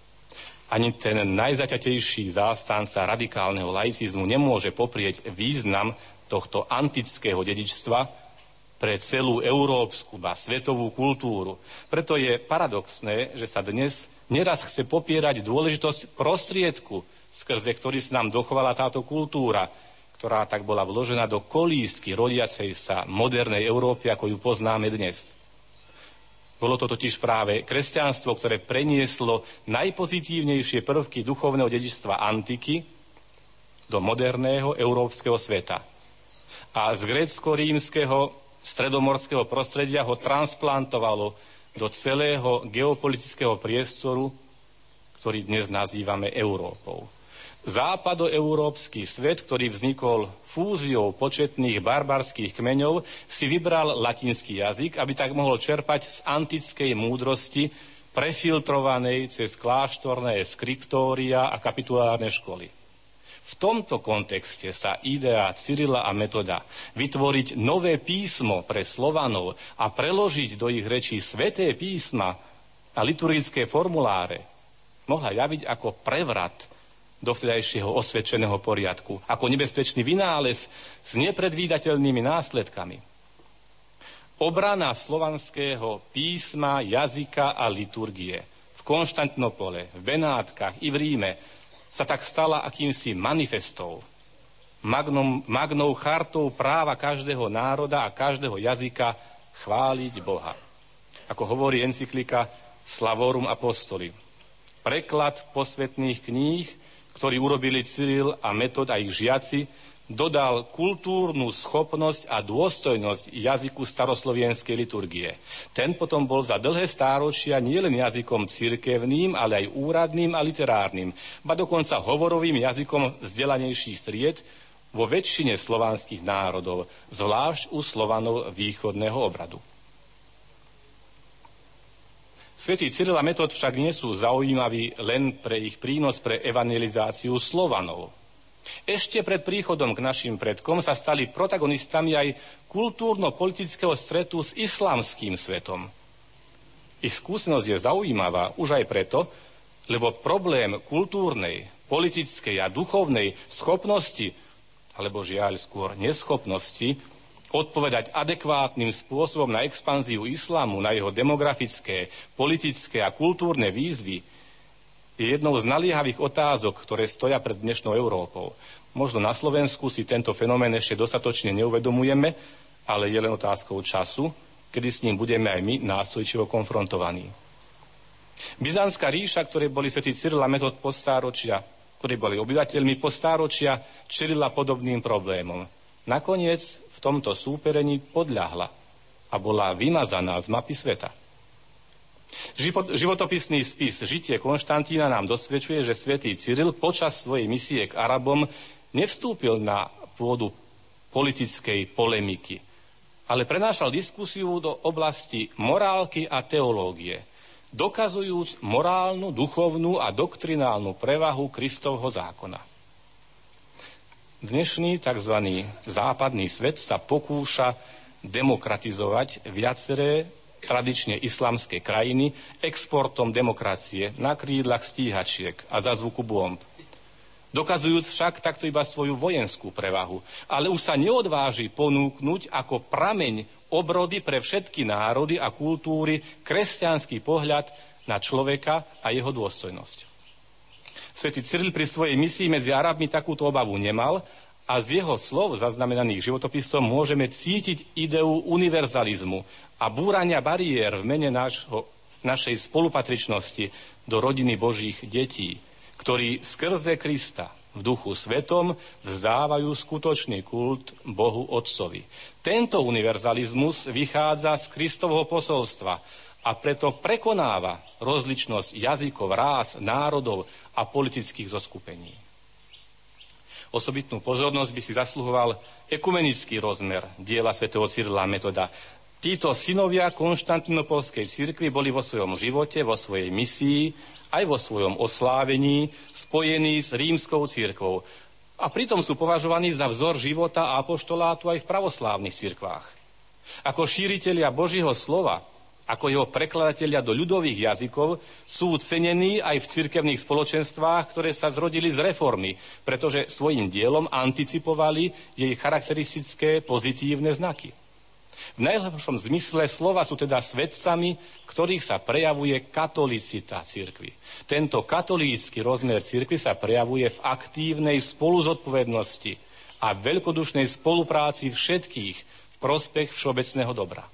Ani ten najzaťatejší zástanca radikálneho laicizmu nemôže poprieť význam tohto antického dedičstva pre celú európsku a svetovú kultúru. Preto je paradoxné, že sa dnes neraz chce popierať dôležitosť prostriedku, skrze ktorý sa nám dochovala táto kultúra, ktorá tak bola vložená do kolísky rodiacej sa modernej Európy, ako ju poznáme dnes. Bolo to totiž práve kresťanstvo, ktoré prenieslo najpozitívnejšie prvky duchovného dedičstva antiky do moderného európskeho sveta. A z grécko-rímskeho stredomorského prostredia ho transplantovalo do celého geopolitického priestoru, ktorý dnes nazývame Európou. Západoeurópsky svet, ktorý vznikol fúziou početných barbarských kmeňov, si vybral latinský jazyk, aby tak mohol čerpať z antickej múdrosti, prefiltrovanej cez kláštorné skriptória a kapitulárne školy. V tomto kontexte sa idea Cyrila a Metoda vytvoriť nové písmo pre Slovanov a preložiť do ich rečí sväté písma a liturgické formuláre mohla javiť ako prevrat do vtedajšieho osvedčeného poriadku, ako nebezpečný vynález s nepredvídateľnými následkami. Obrana slovanského písma, jazyka a liturgie v Konštantinopole, v Benátkach i v Ríme sa tak stala akýmsi manifestou, magnou chartou práva každého národa a každého jazyka chváliť Boha. Ako hovorí encyklika Slavorum Apostoli. Preklad posvetných kníh, ktorý urobili Cyril a Metod a ich žiaci, dodal kultúrnu schopnosť a dôstojnosť jazyku staroslovenskej liturgie. Ten potom bol za dlhé stáročia nielen jazykom cirkevným, ale aj úradným a literárnym, ba dokonca hovorovým jazykom vzdelanejších tried vo väčšine slovanských národov, zvlášť u Slovanov východného obradu. Svätý Cyril a Metod však nie sú zaujímaví len pre ich prínos pre evangelizáciu Slovanov. Ešte pred príchodom k našim predkom sa stali protagonistami aj kultúrno-politického stretu s islamským svetom. Ich skúsenosť je zaujímavá už aj preto, lebo problém kultúrnej, politickej a duchovnej schopnosti, alebo žiaľ skôr neschopnosti, odpovedať adekvátnym spôsobom na expanziu islámu, na jeho demografické, politické a kultúrne výzvy, je jednou z naliehavých otázok, ktoré stoja pred dnešnou Európou. Možno na Slovensku si tento fenomén ešte dostatočne neuvedomujeme, ale je len otázkou času, kedy s ním budeme aj my nástojčivo konfrontovaní. Byzantská ríša, ktorej boli svätí Cyril a Metod postáročia, ktorí boli obyvateľmi postáročia, čelila podobným problémom. Nakoniec v tomto súperení podľahla a bola vymazaná z mapy sveta. Životopisný spis Žitie Konštantína nám dosvedčuje, že svätý Cyril počas svojej misie k Arabom nevstúpil na pôdu politickej polemiky, ale prenášal diskusiu do oblasti morálky a teológie, dokazujúc morálnu, duchovnú a doktrinálnu prevahu Kristovho zákona. Dnešný tzv. Západný svet sa pokúša demokratizovať viaceré tradične islamské krajiny exportom demokracie na krídlach stíhačiek a za zvuku bomb. Dokazujúc však takto iba svoju vojenskú prevahu, ale už sa neodváži ponúknuť ako prameň obrody pre všetky národy a kultúry kresťanský pohľad na človeka a jeho dôstojnosť. Svätý Cyril pri svojej misii medzi Arabmi takúto obavu nemal a z jeho slov zaznamenaných životopisom môžeme cítiť ideu univerzalizmu a búrania bariér v mene našej spolupatričnosti do rodiny Božích detí, ktorí skrze Krista v duchu svetom vzdávajú skutočný kult Bohu Otcovi. Tento univerzalizmus vychádza z Kristovho posolstva a preto prekonáva rozličnosť jazykov, rás, národov a politických zoskupení. Osobitnú pozornosť by si zasluhoval ekumenický rozmer diela svätého Cyrila a Metoda. Títo synovia Konštantinopolskej cirkvi boli vo svojom živote, vo svojej misii, aj vo svojom oslávení spojení s rímskou cirkvou. A pritom sú považovaní za vzor života a apoštolátu aj v pravoslávnych cirkvách. Ako šíritelia Božieho slova, ako jeho prekladatelia do ľudových jazykov, sú cenení aj v cirkevných spoločenstvách, ktoré sa zrodili z reformy, pretože svojim dielom anticipovali jej charakteristické pozitívne znaky. V najlepšom zmysle slova sú teda svedcami, ktorých sa prejavuje katolicita cirkvi. Tento katolícky rozmer cirkvi sa prejavuje v aktívnej spoluzodpovednosti a veľkodušnej spolupráci všetkých v prospech všeobecného dobra.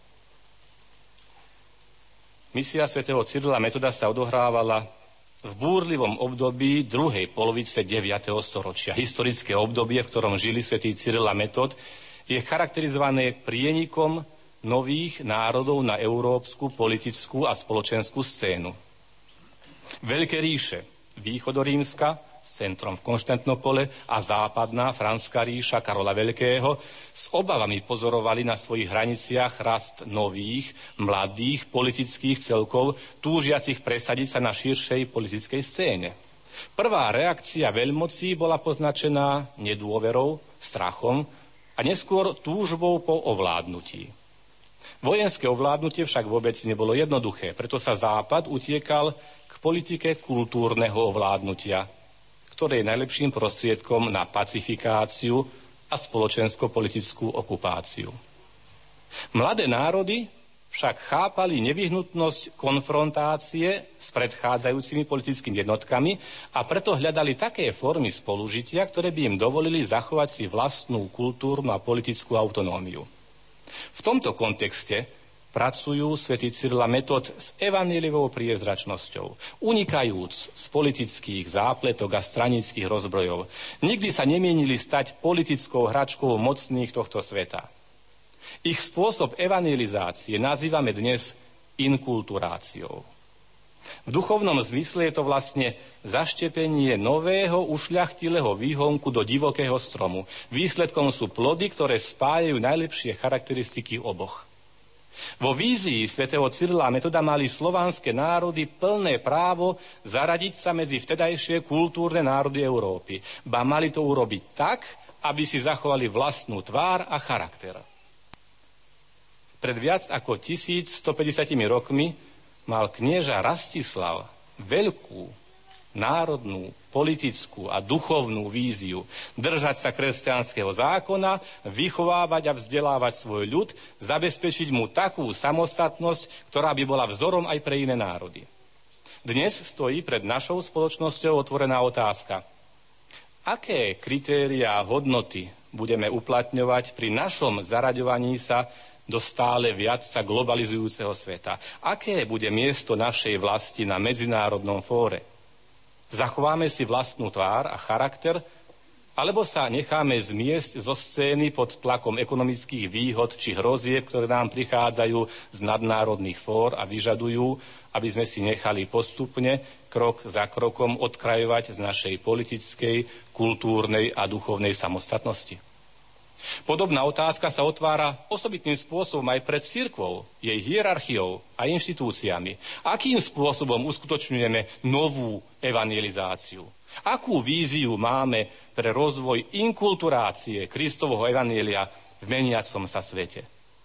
Misia svätého Cyrila a Metoda sa odohrávala v búrlivom období druhej polovice 9. storočia. Historické obdobie, v ktorom žili svätí Cyril a Metod, je charakterizované prienikom nových národov na európsku, politickú a spoločenskú scénu. Veľké ríše, východorímska s centrom v Konštantínopole a západná Franská ríša Karola Veľkého s obavami pozorovali na svojich hraniciach rast nových, mladých politických celkov, túžiacich presadiť sa na širšej politickej scéne. Prvá reakcia veľmocí bola poznačená nedôverou, strachom a neskôr túžbou po ovládnutí. Vojenské ovládnutie však vôbec nebolo jednoduché, preto sa Západ utiekal k politike kultúrneho ovládnutia, ktoré je najlepším prostriedkom na pacifikáciu a spoločensko-politickú okupáciu. Mladé národy však chápali nevyhnutnosť konfrontácie s predchádzajúcimi politickými jednotkami a preto hľadali také formy spolužitia, ktoré by im dovolili zachovať si vlastnú kultúrnu a politickú autonómiu. V tomto kontexte pracujú svätý Cyril a Metod s evanjeliovou priezračnosťou, unikajúc z politických zápletok a stranických rozbrojov. Nikdy sa nemienili stať politickou hračkou mocných tohto sveta. Ich spôsob evangelizácie nazývame dnes inkulturáciou. V duchovnom zmysle je to vlastne zaštepenie nového, ušľachtilého výhonku do divokého stromu. Výsledkom sú plody, ktoré spájajú najlepšie charakteristiky oboch. Vo vízii svätého Cyrila a Metoda mali slovanské národy plné právo zaradiť sa medzi vtedajšie kultúrne národy Európy. Ba mali to urobiť tak, aby si zachovali vlastnú tvár a charakter. Pred viac ako 1150 rokmi mal knieža Rastislav veľkú národnú, politickú a duchovnú víziu. Držať sa kresťanského zákona, vychovávať a vzdelávať svoj ľud, zabezpečiť mu takú samostatnosť, ktorá by bola vzorom aj pre iné národy. Dnes stojí pred našou spoločnosťou otvorená otázka. Aké kritériá a hodnoty budeme uplatňovať pri našom zaraďovaní sa do stále viac sa globalizujúceho sveta? Aké bude miesto našej vlasti na medzinárodnom fóre? Zachováme si vlastnú tvár a charakter, alebo sa necháme zmiesť zo scény pod tlakom ekonomických výhod či hrozieb, ktoré nám prichádzajú z nadnárodných fór a vyžadujú, aby sme si nechali postupne, krok za krokom odkrajovať z našej politickej, kultúrnej a duchovnej samostatnosti. Podobná otázka sa otvára osobitným spôsobom aj pred cirkvou, jej hierarchiou a inštitúciami. Akým spôsobom uskutočňujeme novú evangelizáciu? Akú víziu máme pre rozvoj inkulturácie Kristovho evanjelia v meniacom sa svete?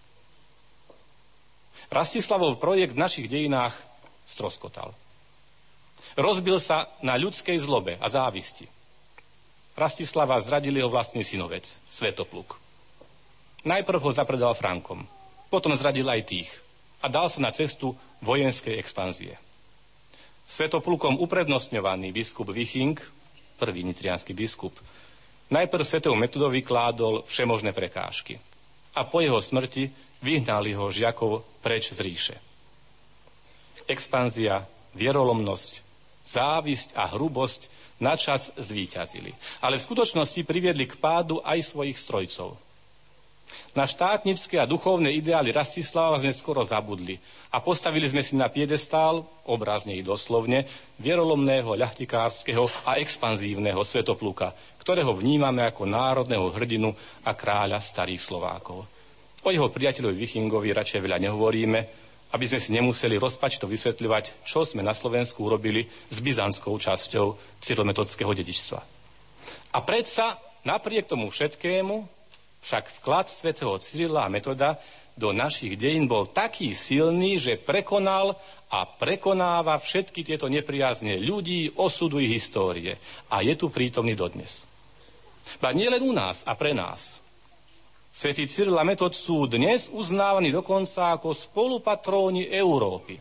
Rastislavov projekt v našich dejinách stroskotal. Rozbil sa na ľudskej zlobe a závisti. Rastislava zradil jeho vlastný synovec, Svetopluk. Najprv ho zapredal Frankom, potom zradil aj tých a dal sa na cestu vojenskej expanzie. Svetoplukom uprednostňovaný biskup Viching, prvý nitriansky biskup, najprv svätému Metodovi kládol všemožné prekážky a po jeho smrti vyhnal jeho žiakov preč z ríše. Expanzia, vierolomnosť, závisť a hrubosť načas zvíťazili. Ale v skutočnosti priviedli k pádu aj svojich strojcov. Na štátnické a duchovné ideály Rastislava sme skoro zabudli a postavili sme si na piedestál, obrazne i doslovne, vierolomného, ľahtikárskeho a expanzívneho Svetopluka, ktorého vnímame ako národného hrdinu a kráľa starých Slovákov. O jeho priateľovi Vichingovi radšej veľa nehovoríme, aby sme si nemuseli rozpačito vysvetľovať, čo sme na Slovensku urobili s byzantskou časťou cyrilometodského dedičstva. A predsa, napriek tomu všetkému, však vklad svätého Cyrila a Metoda do našich dejín bol taký silný, že prekonal a prekonáva všetky tieto nepriazne ľudí, osudu i histórie. A je tu prítomný dodnes. Ba nie len u nás a pre nás. Svätý Cyril a Metod sú dnes uznávaní dokonca ako spolupatróni Európy.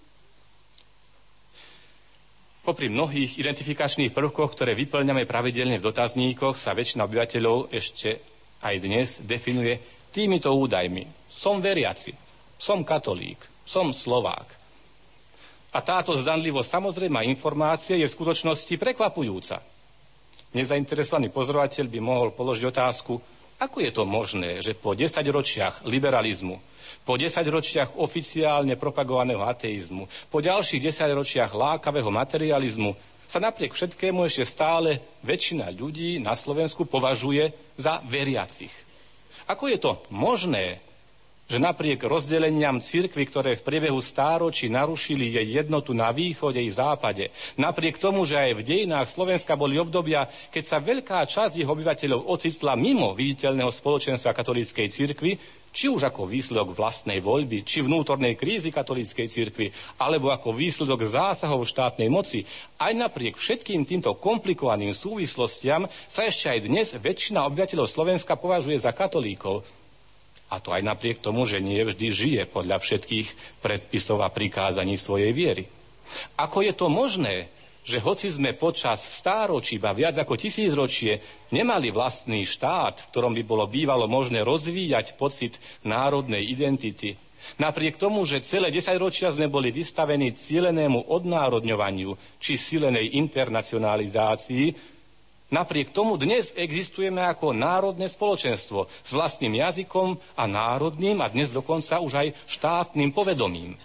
Popri mnohých identifikačných prvkoch, ktoré vyplňame pravidelne v dotazníkoch, sa väčšina obyvateľov ešte aj dnes definuje týmito údajmi. Som veriaci, som katolík, som Slovák. A táto zdanlivo samozrejmá informácia je v skutočnosti prekvapujúca. Nezainteresovaný pozorovateľ by mohol položiť otázku, ako je to možné, že po 10 ročiach liberalizmu, po 10 ročiach oficiálne propagovaného ateizmu, po ďalších 10 ročiach lákavého materializmu sa napriek všetkému ešte stále väčšina ľudí na Slovensku považuje za veriacich. Ako je to možné, že napriek rozdeleniam cirkvi, ktoré v priebehu stáročí narušili jej jednotu na východe i západe, napriek tomu, že aj v dejinách Slovenska boli obdobia, keď sa veľká časť ich obyvateľov ocitla mimo viditeľného spoločenstva katolíckej cirkvi, či už ako výsledok vlastnej voľby, či vnútornej krízy katolíckej cirkvi, alebo ako výsledok zásahov štátnej moci, aj napriek všetkým týmto komplikovaným súvislostiam sa ešte aj dnes väčšina obyvateľov Slovenska považuje za katolíkov. A to aj napriek tomu, že nie vždy žije podľa všetkých predpisov a prikázaní svojej viery. Ako je to možné, že hoci sme počas stáročí, ba viac ako 1000 ročie, nemali vlastný štát, v ktorom by bolo bývalo možné rozvíjať pocit národnej identity, napriek tomu, že celé 10 ročia sme boli vystavení cielenému odnárodňovaniu či silenej internacionalizácii, napriek tomu dnes existujeme ako národné spoločenstvo s vlastným jazykom a národným a dnes dokonca už aj štátnym povedomím.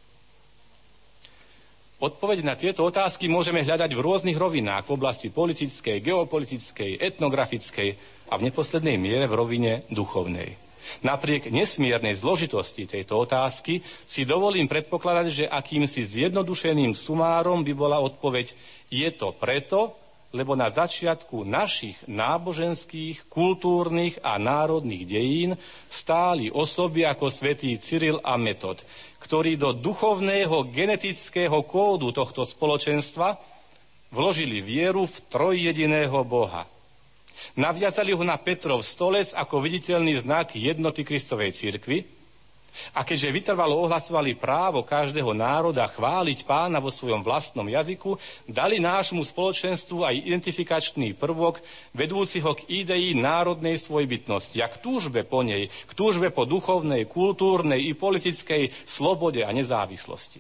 Odpoveď na tieto otázky môžeme hľadať v rôznych rovinách v oblasti politickej, geopolitickej, etnografickej a v neposlednej miere v rovine duchovnej. Napriek nesmiernej zložitosti tejto otázky si dovolím predpokladať, že akýmsi zjednodušeným sumárom by bola odpoveď: je to preto, lebo na začiatku našich náboženských, kultúrnych a národných dejín stáli osoby ako svätý Cyril a Metod, ktorí do duchovného genetického kódu tohto spoločenstva vložili vieru v trojjediného Boha. Naviazali ho na Petrov stolec ako viditeľný znak jednoty Kristovej cirkvi, a keďže vytrvalo ohlasovali právo každého národa chváliť Pána vo svojom vlastnom jazyku, dali nášmu spoločenstvu aj identifikačný prvok vedúci ho k idei národnej svojbytnosti a k túžbe po nej, k túžbe po duchovnej, kultúrnej i politickej slobode a nezávislosti.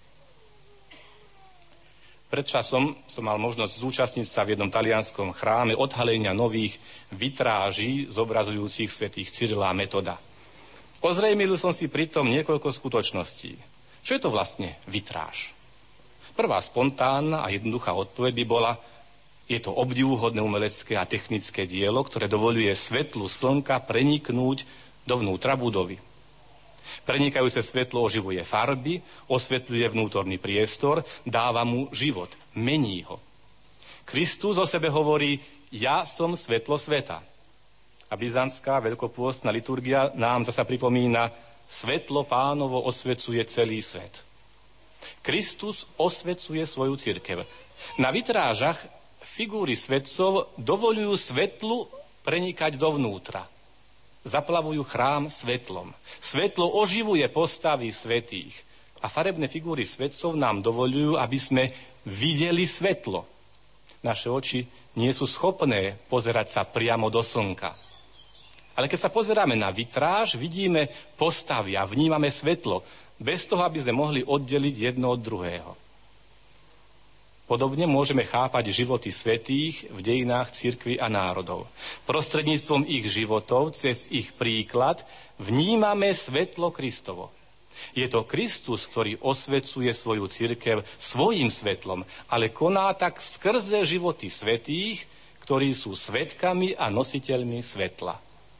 Pred časom som mal možnosť zúčastniť sa v jednom talianskom chráme odhalenia nových vitráží zobrazujúcich svätých Cyrila a Metoda. Ozrejmil som si pritom niekoľko skutočností. Čo je to vlastne vitráž? Prvá spontánna a jednoduchá odpoveď by bola: je to obdivuhodné umelecké a technické dielo, ktoré dovoľuje svetlu slnka preniknúť dovnútra budovy. Prenikajúce svetlo oživuje farby, osvetľuje vnútorný priestor, dáva mu život, mení ho. Kristus o sebe hovorí: ja som svetlo sveta. A byzantská veľkopôstna liturgia nám zasa pripomína: svetlo Pánovo osvecuje celý svet. Kristus osvecuje svoju cirkev. Na vitrážach figúry svetcov dovoľujú svetlu prenikať dovnútra. Zaplavujú chrám svetlom. Svetlo oživuje postavy svätých. A farebné figúry svetcov nám dovoľujú, aby sme videli svetlo. Naše oči nie sú schopné pozerať sa priamo do slnka. Ale keď sa pozeráme na vitráž, vidíme postavy a vnímame svetlo, bez toho, aby sme mohli oddeliť jedno od druhého. Podobne môžeme chápať životy svätých v dejinách cirkvi a národov. Prostredníctvom ich životov, cez ich príklad, vnímame svetlo Kristovo. Je to Kristus, ktorý osvecuje svoju cirkev svojím svetlom, ale koná tak skrze životy svätých, ktorí sú svedkami a nositeľmi svetla.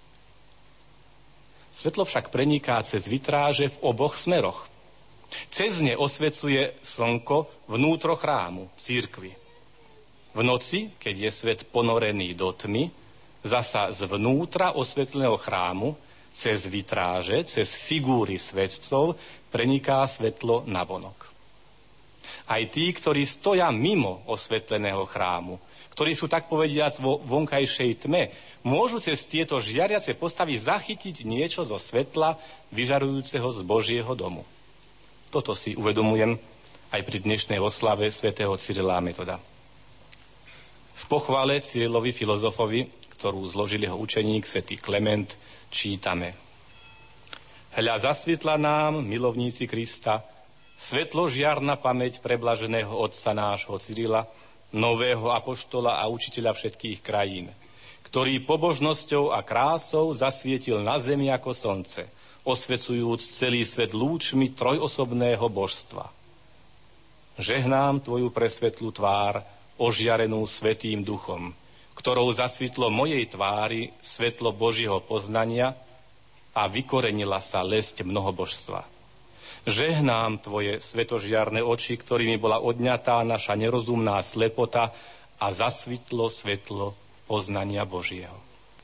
Svetlo však preniká cez vitráže v oboch smeroch. Cez ne osvecuje slnko vnútro chrámu, cirkvi. V noci, keď je svet ponorený do tmy, zasa zvnútra osvetleného chrámu, cez vitráže, cez figúry svetcov, preniká svetlo navonok. Aj tí, ktorí stoja mimo osvetleného chrámu, ktorí sú tak povediac vo vonkajšej tme, môžu cez tieto žiariace postavy zachytiť niečo zo svetla vyžarujúceho z Božieho domu. Toto si uvedomujem aj pri dnešnej oslave svätého Cyrila a Metoda. V pochvale Cyrilovi filozofovi, ktorú zložil jeho učeník svätý Klement, čítame: hľa, zasvietla nám, milovníci Krista, svetlo žiarna pamäť preblaženého otca nášho Cyrila, nového apoštola a učiteľa všetkých krajín, ktorý pobožnosťou a krásou zasvietil na zemi ako slnce, osvecujúc celý svet lúčmi trojosobného božstva. Žehnám tvoju presvetlú tvár ožiarenú Svätým Duchom, ktorou zasvitlo mojej tvári svetlo Božieho poznania a vykorenila sa lesť mnohobožstva. Žehnám tvoje svetožiarne oči, ktorými bola odňatá naša nerozumná slepota a zasvitlo svetlo poznania Božieho.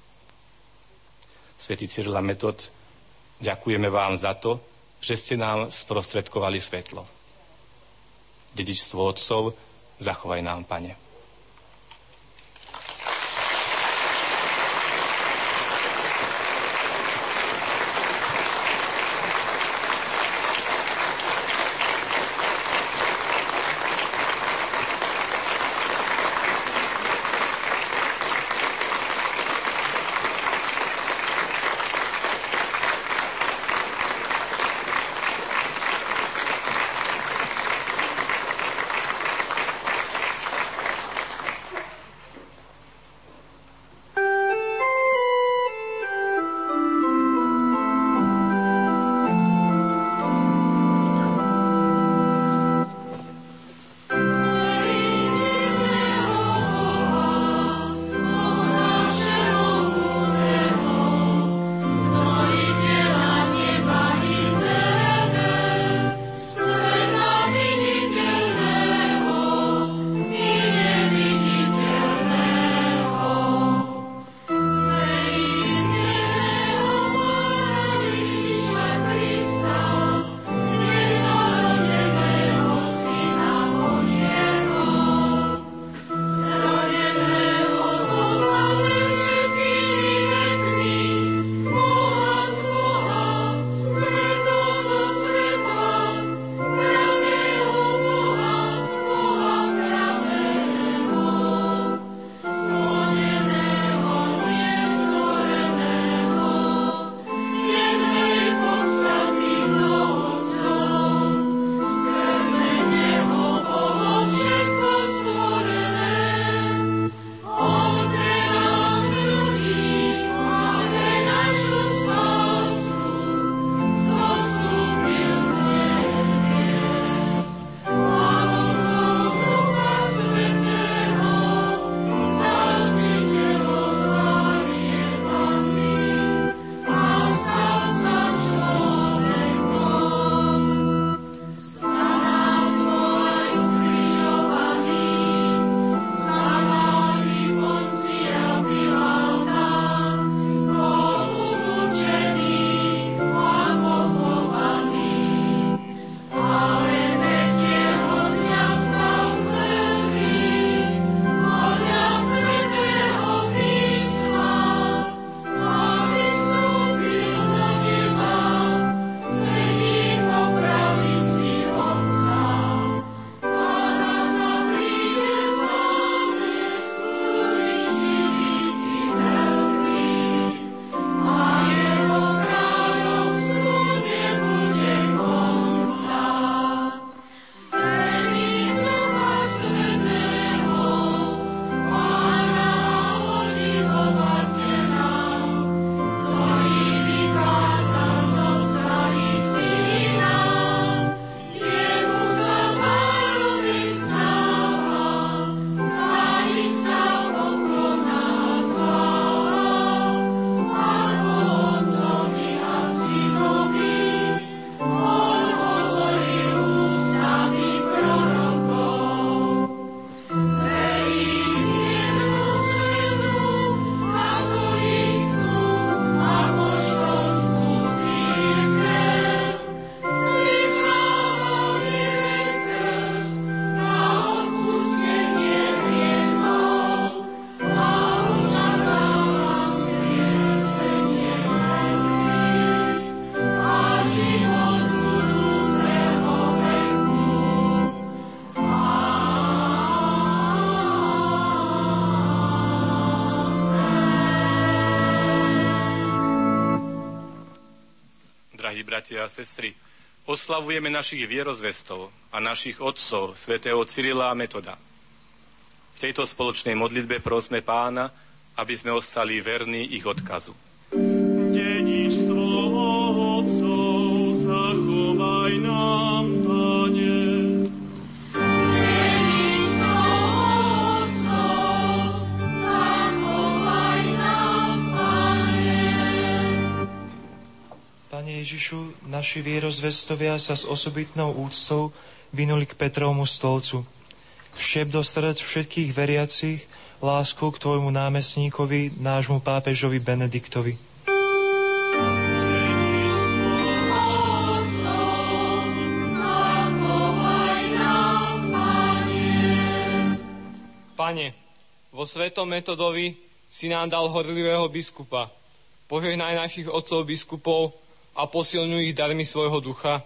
Svätý Cyril a Metod, ďakujeme vám za to, že ste nám sprostredkovali svetlo. Dedičstvo otcov, zachovaj nám, Pane. drahí bratia a sestry, oslavujeme našich vierozvestov a našich otcov, svätého Cyrila a Metoda. V tejto spoločnej modlitbe prosme Pána, aby sme ostali verní ich odkazu. Dedičstvo otcov zachovaj nám, Pane. Dedičstvo Pane Ježišu, naši vierozvestovia sa s osobitnou úctou vynuli k Petrovmu stolcu. Všep do srdc všetkých veriacich lásku k tvojmu námestníkovi, nášmu pápežovi Benediktovi. Pane, vo svetom Metodovi si nám dal horlivého biskupa. Požehnaj našich otcov biskupov a posilňuj ich darmi svojho ducha.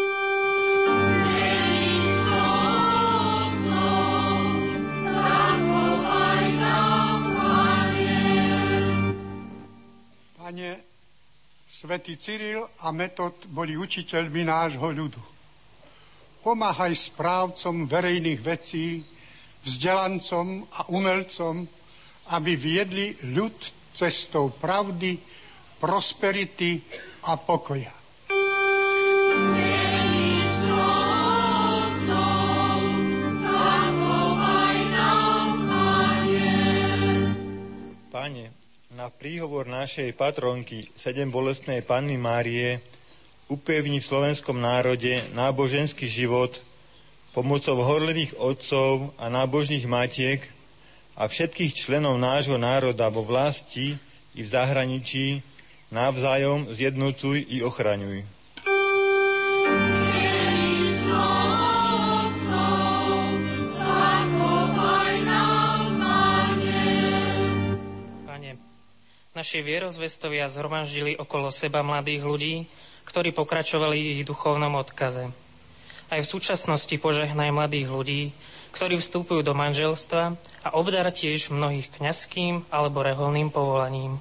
Pane, svätý Cyril a Metod boli učiteľmi nášho ľudu. Pomáhaj správcom verejných vecí, vzdelancom a umelcom, aby viedli ľud cestou pravdy, prosperity a pokoja. Pane, na príhovor našej patronky Sedembolestnej Panny Márie upevni v slovenskom národe náboženský život pomocou horlivých otcov a nábožných matiek a všetkých členov nášho národa vo vlasti i v zahraničí navzájom zjednocuj i ochraňuj. Pane, naši vierozvestovia zhromaždili okolo seba mladých ľudí, ktorí pokračovali v ich duchovnom odkaze. Aj v súčasnosti požehnaj mladých ľudí, ktorí vstupujú do manželstva a obdar tiež mnohých kňazským alebo reholným povolaním.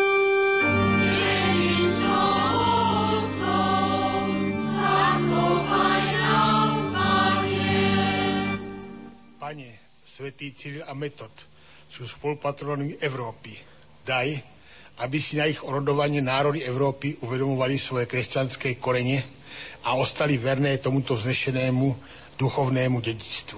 Pane, svätý Cyril a Metod sú spolupatrónmi Európy. Daj, aby si na ich orodovanie národy Európy uvedomovali svoje kresťanské korene a ostali verné tomuto vznešenému duchovnému dedičstvu.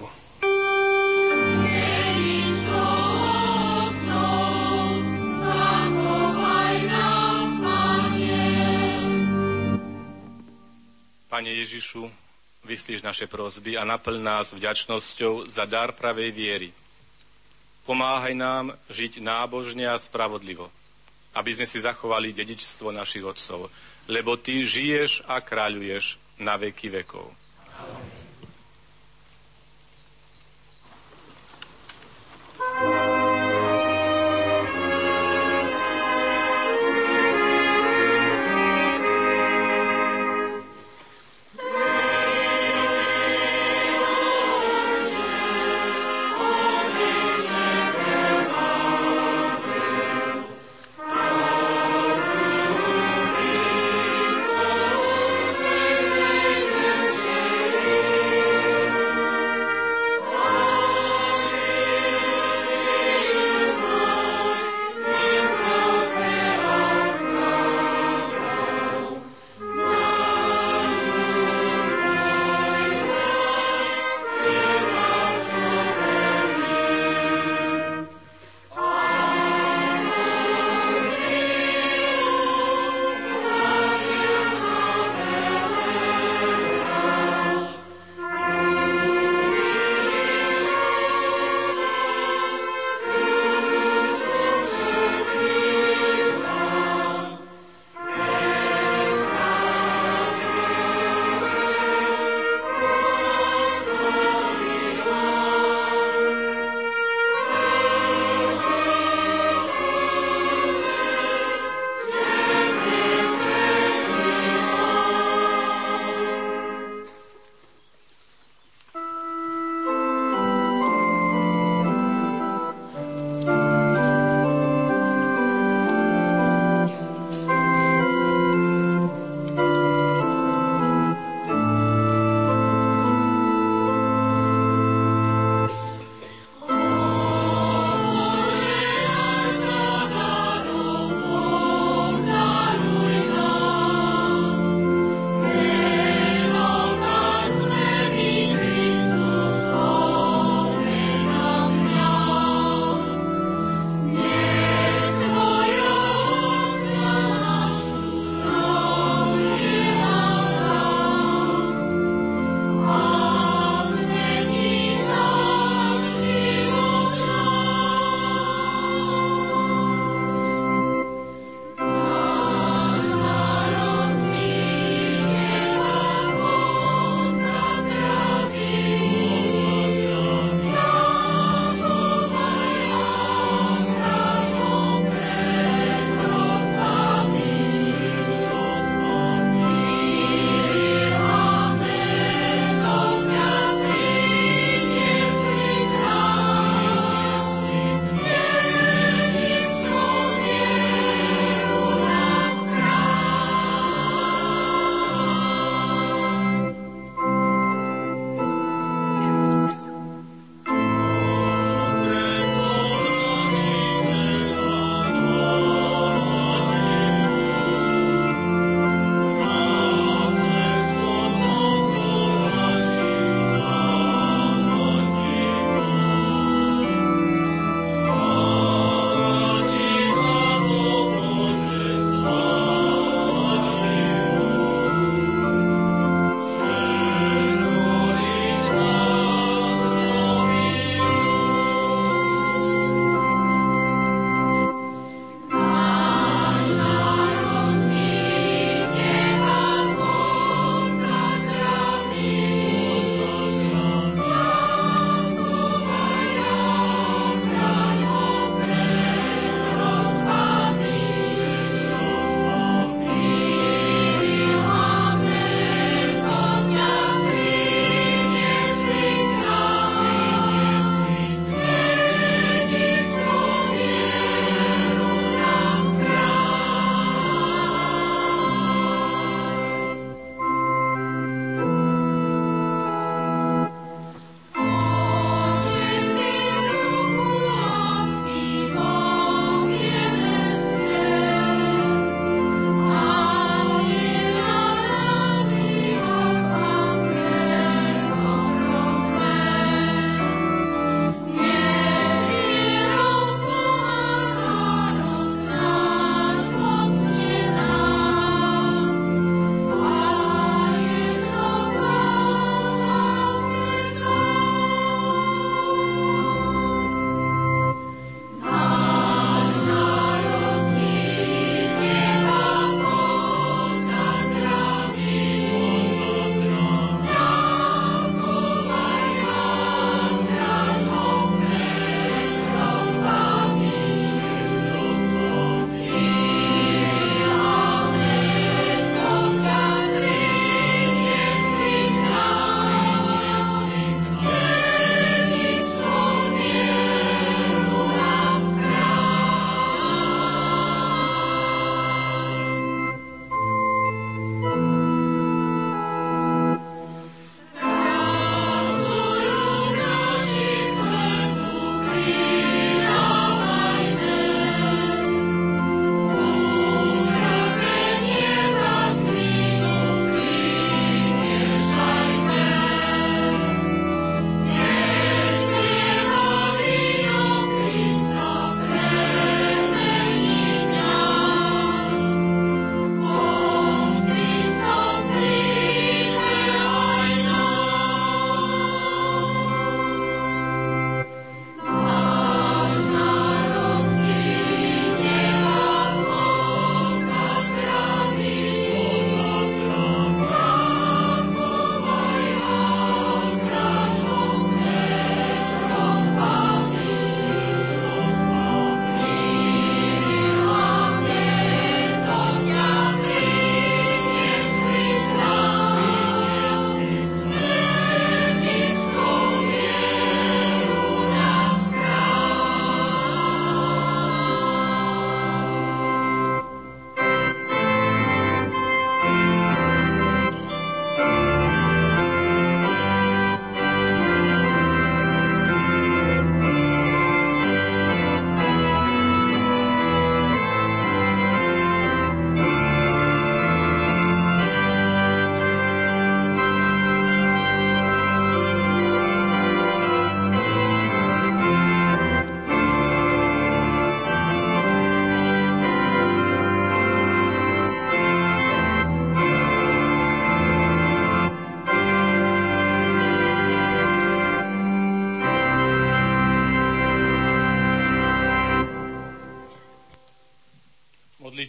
Pane Ježišu, vyslíš naše prosby a naplň nás vďačnosťou za dar pravej viery. Pomáhaj nám žiť nábožne a spravodlivo, aby sme si zachovali dedičstvo našich otcov, lebo Ty žiješ a kráľuješ na veky vekov. Amen. Amen.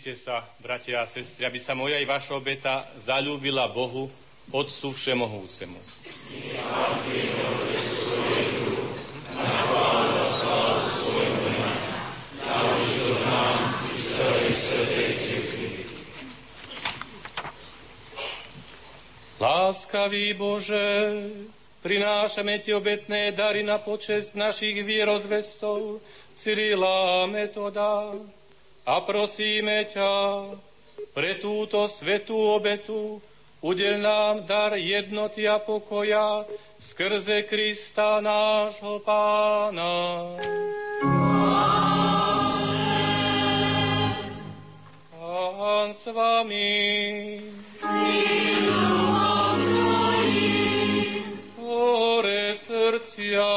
Modlite sa, bratia a sestry, aby sa moja i vaša obeta zaľúbila Bohu, Otcu Všemohúcemu. Láskavý Bože, prinášame Ti obetné dary na počesť našich vierozvestov Cyrila a Metoda a prosíme ťa, pre túto svätú obetu udeľ nám dar jednoty a pokoja skrze Krista nášho Pána. Pán s vami. Hore srdcia.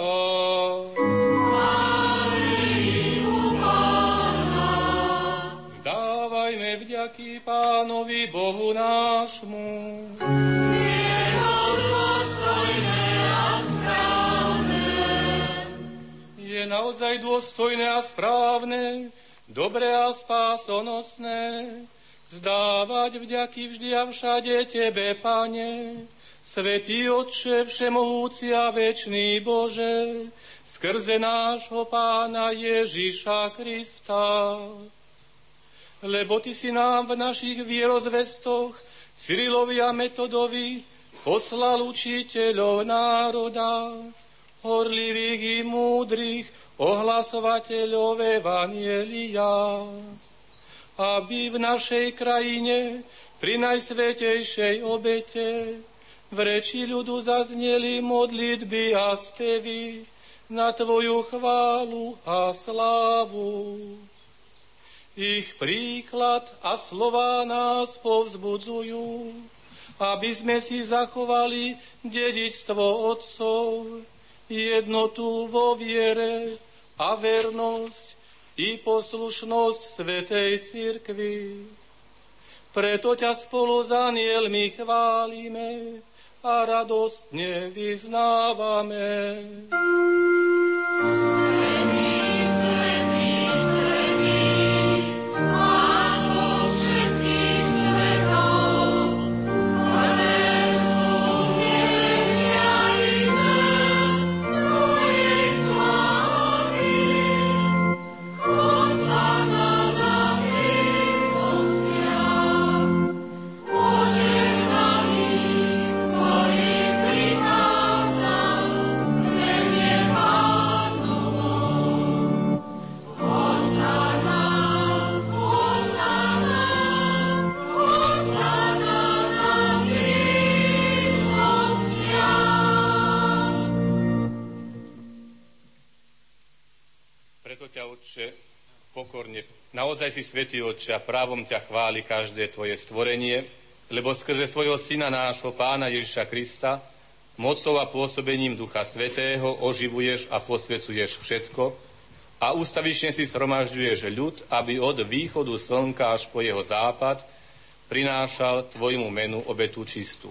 Vzdávajme vďaky Pánovi Bohu nášmu. Je to dôstojné a správne. Je naozaj dôstojné a správne, dobré a spásonosné, vzdávať vďaky vždy a všade Tebe, Pane, Svätý Otče, všemohúci a večný Bože, skrze nášho Pána Ježiša Krista. Lebo Ty si nám v našich vierozvestoch, Cyrilovi a Metodovi, poslal učiteľov národa, horlivých i múdrych, ohlasovateľov evanjelia, aby v našej krajine pri najsvätejšej obete v reči ľudu zazneli modlitby a spevy na Tvoju chválu a slávu. Ich príklad a slová nás povzbudzujú, aby sme si zachovali dedičstvo otcov, jednotu vo viere a vernosť i poslušnosť Svätej Cirkvi. Preto ťa spolu s anielmi chválime a radostne vyznávame. Pokorne. Naozaj si, Svätý Otče, a právom ťa chváli každé tvoje stvorenie, lebo skrze svojho Syna nášho Pána Ježiša Krista mocou a pôsobením Ducha Svätého oživuješ a posvecuješ všetko a ústavične si zhromažďuješ ľud, aby od východu slnka až po jeho západ prinášal tvojmu menu obetu čistú.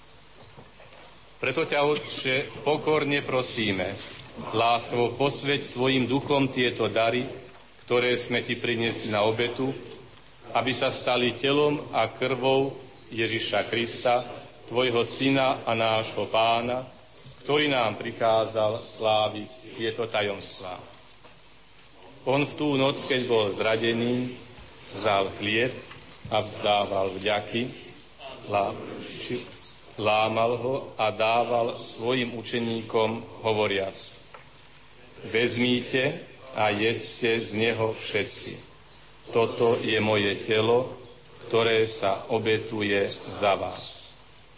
Preto ťa, Otče, pokorne prosíme, láskavo posväť svojim duchom tieto dary, ktoré sme ti priniesli na obetu, aby sa stali telom a krvou Ježiša Krista, tvojho Syna a nášho Pána, ktorý nám prikázal sláviť tieto tajomstvá. On v tú noc, keď bol zradený, vzal chlieb a vzdával vďaky, lámal ho a dával svojim učeníkom, hovoriac: vezmite a jedzte z neho všetci. Toto je moje telo, ktoré sa obetuje za vás.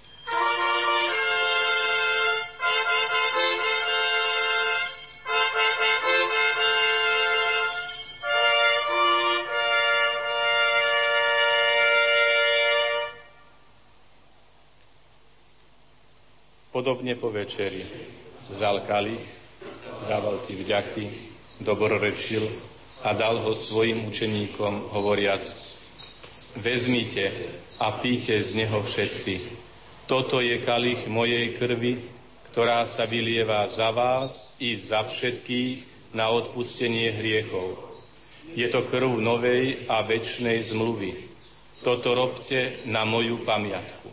Podobne po večeri vzal kalich, dával ti vďaky, dobrorečil a dal ho svojim učeníkom, hovoriac: vezmite a píte z neho všetci. Toto je kalich mojej krvi, ktorá sa vylieva za vás i za všetkých na odpustenie hriechov. Je to krv novej a večnej zmluvy. Toto robte na moju pamiatku.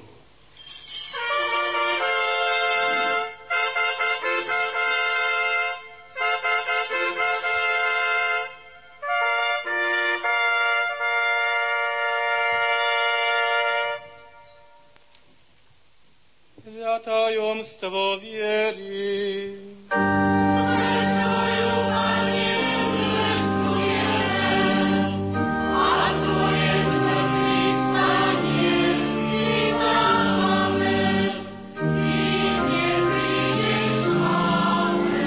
Tajomstvo viery. Svetою Panne zvestujeme, a Tvoje smrtné stanie vyznávame, kým neprídeš sláve.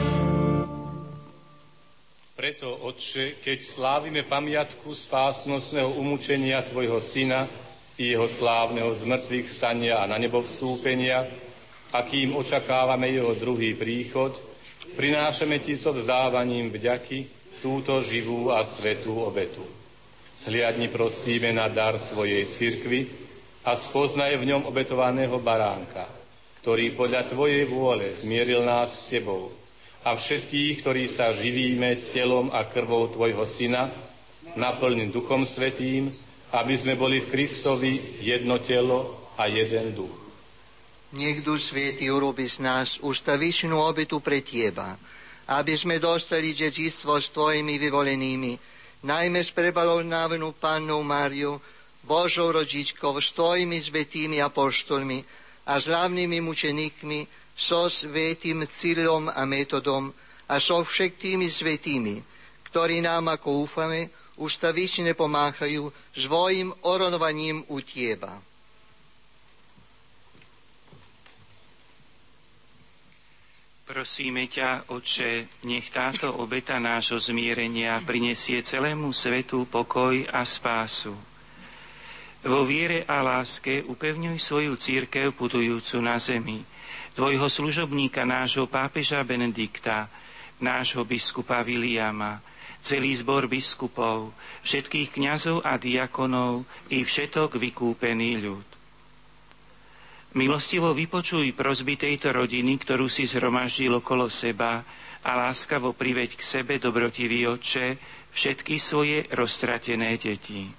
Preto, Otče, keď slávime pamiatku spásnostného umúčenia Tvojho Syna i jeho slávneho zmrtvých stania a na nebo vstúpenia, a kým očakávame jeho druhý príchod, prinášame Ti so vzdávaním vďaky túto živú a svätú obetu. Zhliadni prosíme na dar svojej cirkvi a spoznaj v ňom obetovaného baránka, ktorý podľa Tvojej vôle zmieril nás s Tebou, a všetkých, ktorí sa živíme telom a krvou Tvojho Syna, naplň Duchom Svätým, aby sme boli v Kristovi jedno telo a jeden duch. Nech Duch Svätý urobí z nás ustavičnú obetu pre Teba, aby sme dostali dedičstvo s Tvojimi vyvolenými, najmä s prebalovanou Pannou Máriou, Božou rodičkou, s Tvojimi svätými apoštolmi a slávnymi mučeníkmi, so svätým Cyrilom a Metodom a so všetkými svätými, ktorí nám, ako úfame, ustavične pomáhajú svojim oronovaním u Teba. Prosíme ťa, Otče, nech táto obeta nášho zmierenia prinesie celému svetu pokoj a spásu. Vo viere a láske upevňuj svoju cirkev putujúcu na zemi, Tvojho služobníka, nášho pápeža Benedikta, nášho biskupa Viliama, celý zbor biskupov, všetkých kňazov a diakonov i všetok vykúpený ľud. Milostivo vypočuj prosby tejto rodiny, ktorú si zhromaždil okolo seba, a láskavo priveď k sebe, dobrotivý Otče, všetky svoje roztratené deti.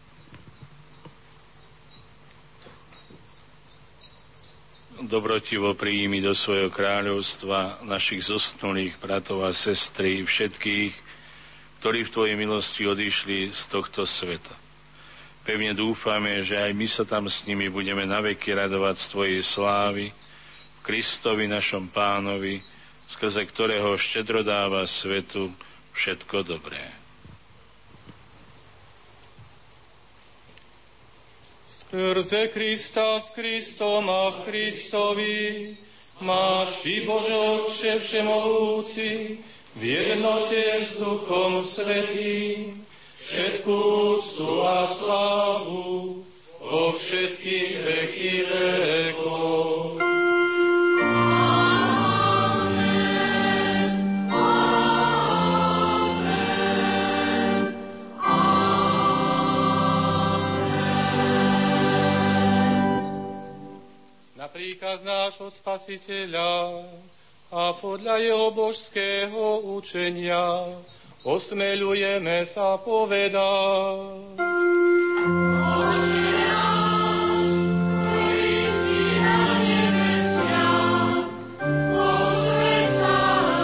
Dobrotivo prijími do svojho kráľovstva našich zosnulých bratov a sestry, všetkých, ktorí v Tvojej milosti odišli z tohto sveta. Pevne dúfame, že aj my sa tam s nimi budeme naveky radovať z Tvojej slávy, v Kristovi našom Pánovi, skrze ktorého štedro dáva svetu všetko dobré. Skrze Krista, s Kristom a v Kristovi máš Ty, Bože Otče všemohúci, v jednote s Duchom Svätým, všetku úctu a slávu po všetky veky vekov. Na príkaz nášho Spasiteľa a podľa jeho božského učenia osmeľujeme sa povedať. Otče náš, ktorý si na nebesiach, posväť sa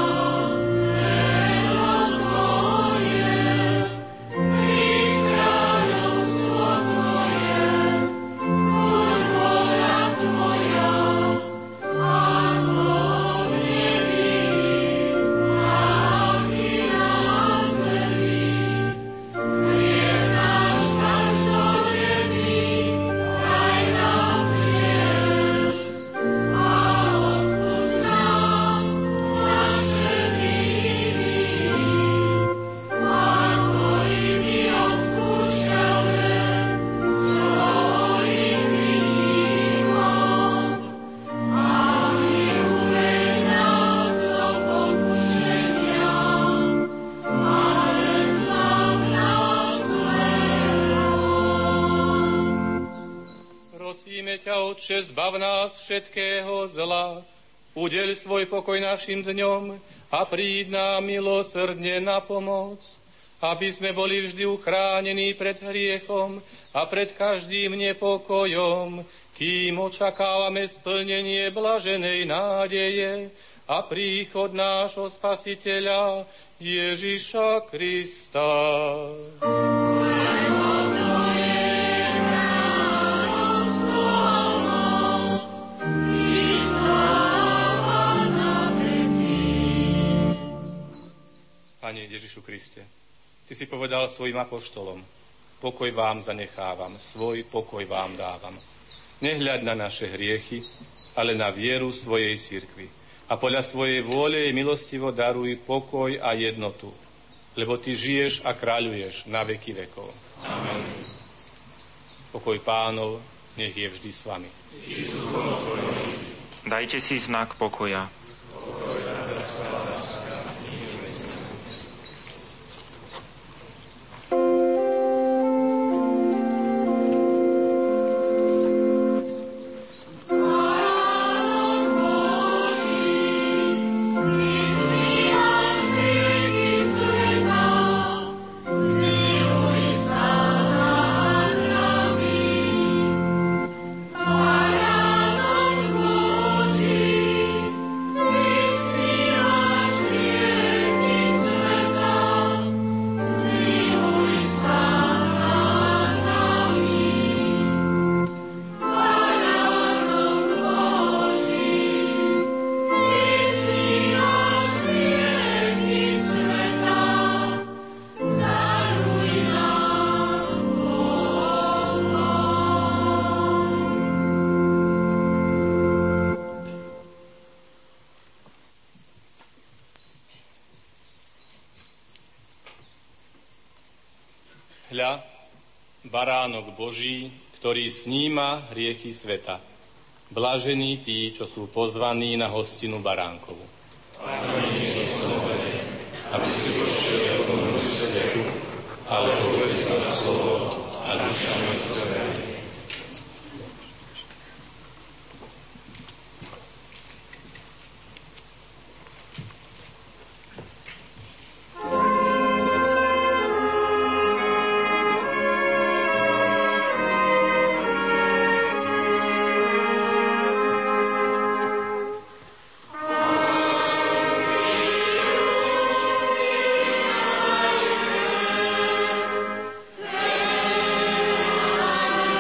meno Tvoje, príď kráľovstvo Tvoje, buď vôľa Tvoja, ako v nebi, tak i na zemi. Chlieb náš každodenný daj nám dnes a odpusť nám naše viny, ako i my odpúšťame svojim vinníkom. A neuveď nás do pokušenia, ale zbav nás zlého. Prosíme ťa, Otče, zbav nás všetkého zla, udeľ svoj pokoj našim dňom a príď nám milosrdne na pomoc. aby sme boli vždy uchránení pred hriechom a pred každým nepokojom, kým očakávame splnenie blaženej nádeje a príchod nášho Spasiteľa Ježiša Krista. Pane Ježišu Kriste, Ty si povedal svojim apoštolom, pokoj vám zanechávam, svoj pokoj vám dávam. Nehľaď na naše hriechy, ale na vieru svojej cirkvi. A podľa svojej vôle jej milostivo daruj pokoj a jednotu, lebo Ty žiješ a kráľuješ na veky vekov. Amen. Pokoj Pánov nech je vždy s vami. Dajte si znak pokoja. Hľa, baránok Boží, ktorý sníma hriechy sveta. Blažení tí, čo sú pozvaní na hostinu baránkovu. Aby si došiel do môjho svetu, ale povedz na slovo a duša môj zdraví. Amen.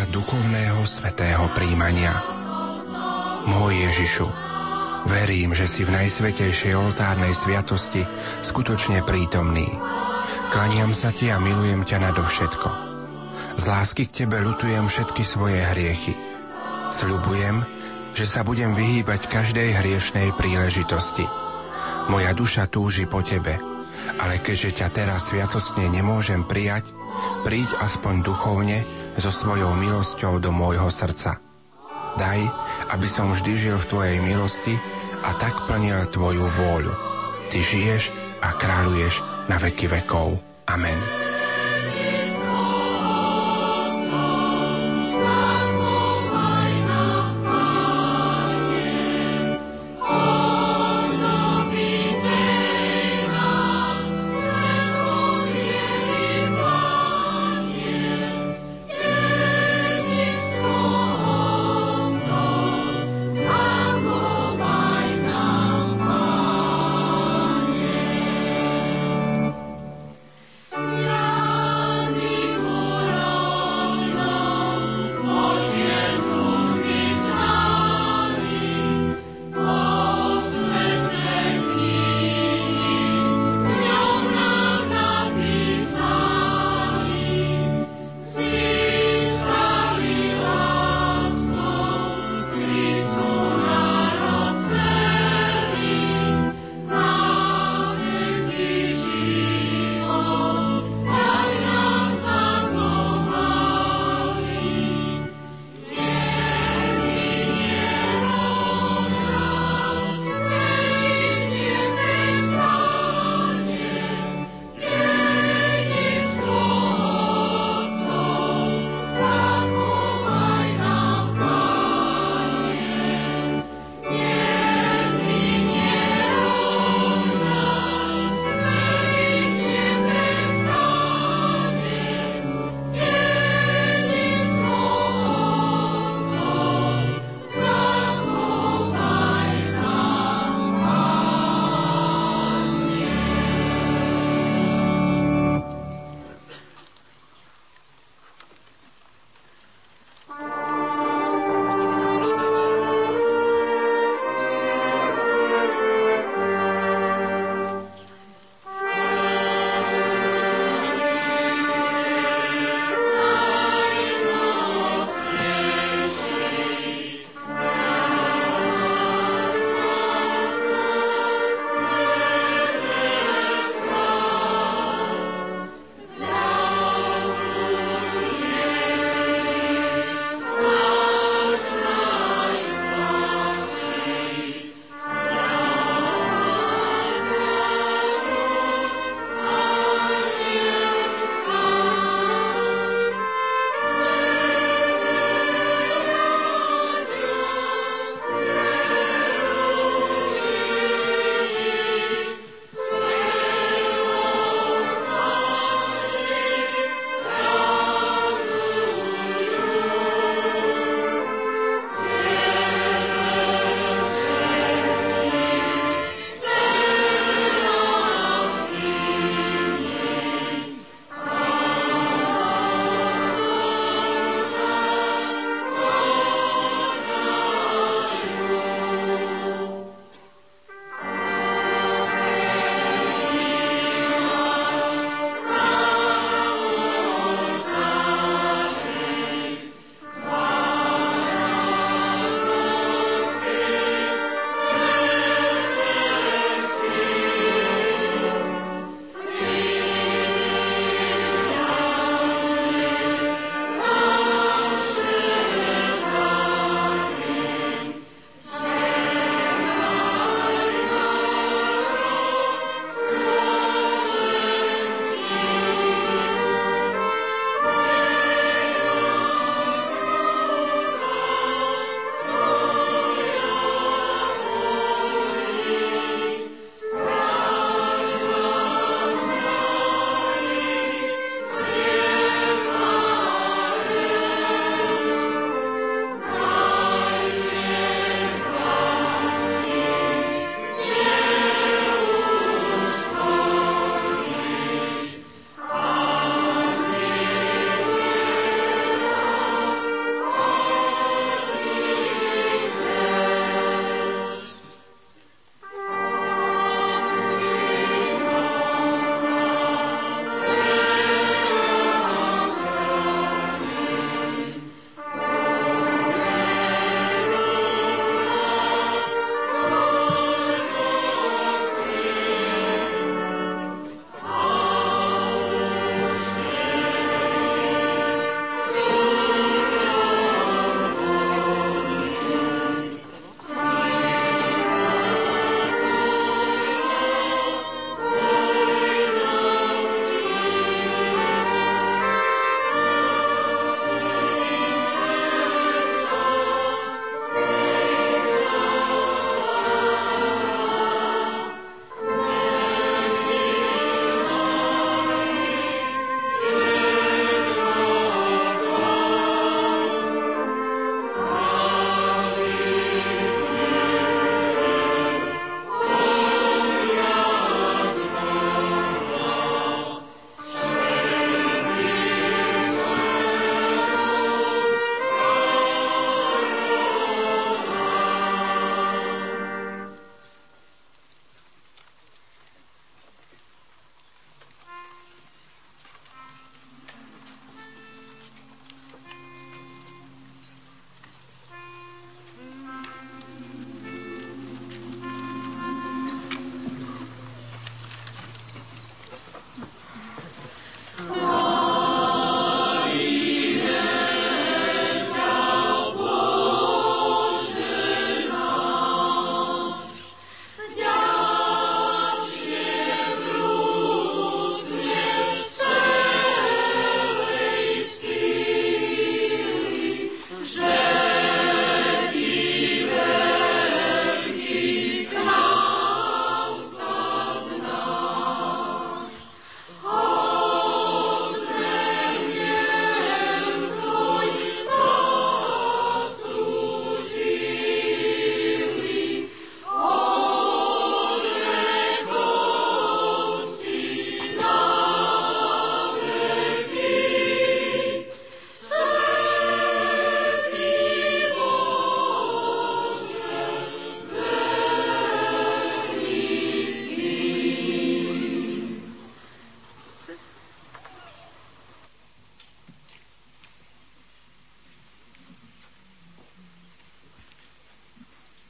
svetla duchovného svätého príjmania. Môj Ježišu, verím, že si v najsvätejšej oltárnej sviatosti skutočne prítomný. Klaniam sa ti a milujem ťa nadovšetko. Z lásky k tebe ľutujem všetky svoje hriechy. Sľubujem, že sa budem vyhýbať každej hriešnej príležitosti. Moja duša túži po tebe, ale keďže ťa teraz sviatostne nemôžem prijať, príď aspoň duchovne so svojou milosťou do môjho srdca. Daj, aby som vždy žil v tvojej milosti a tak plnil tvoju vôľu. Ty žiješ a kráľuješ na veky vekov. Amen. Yeah.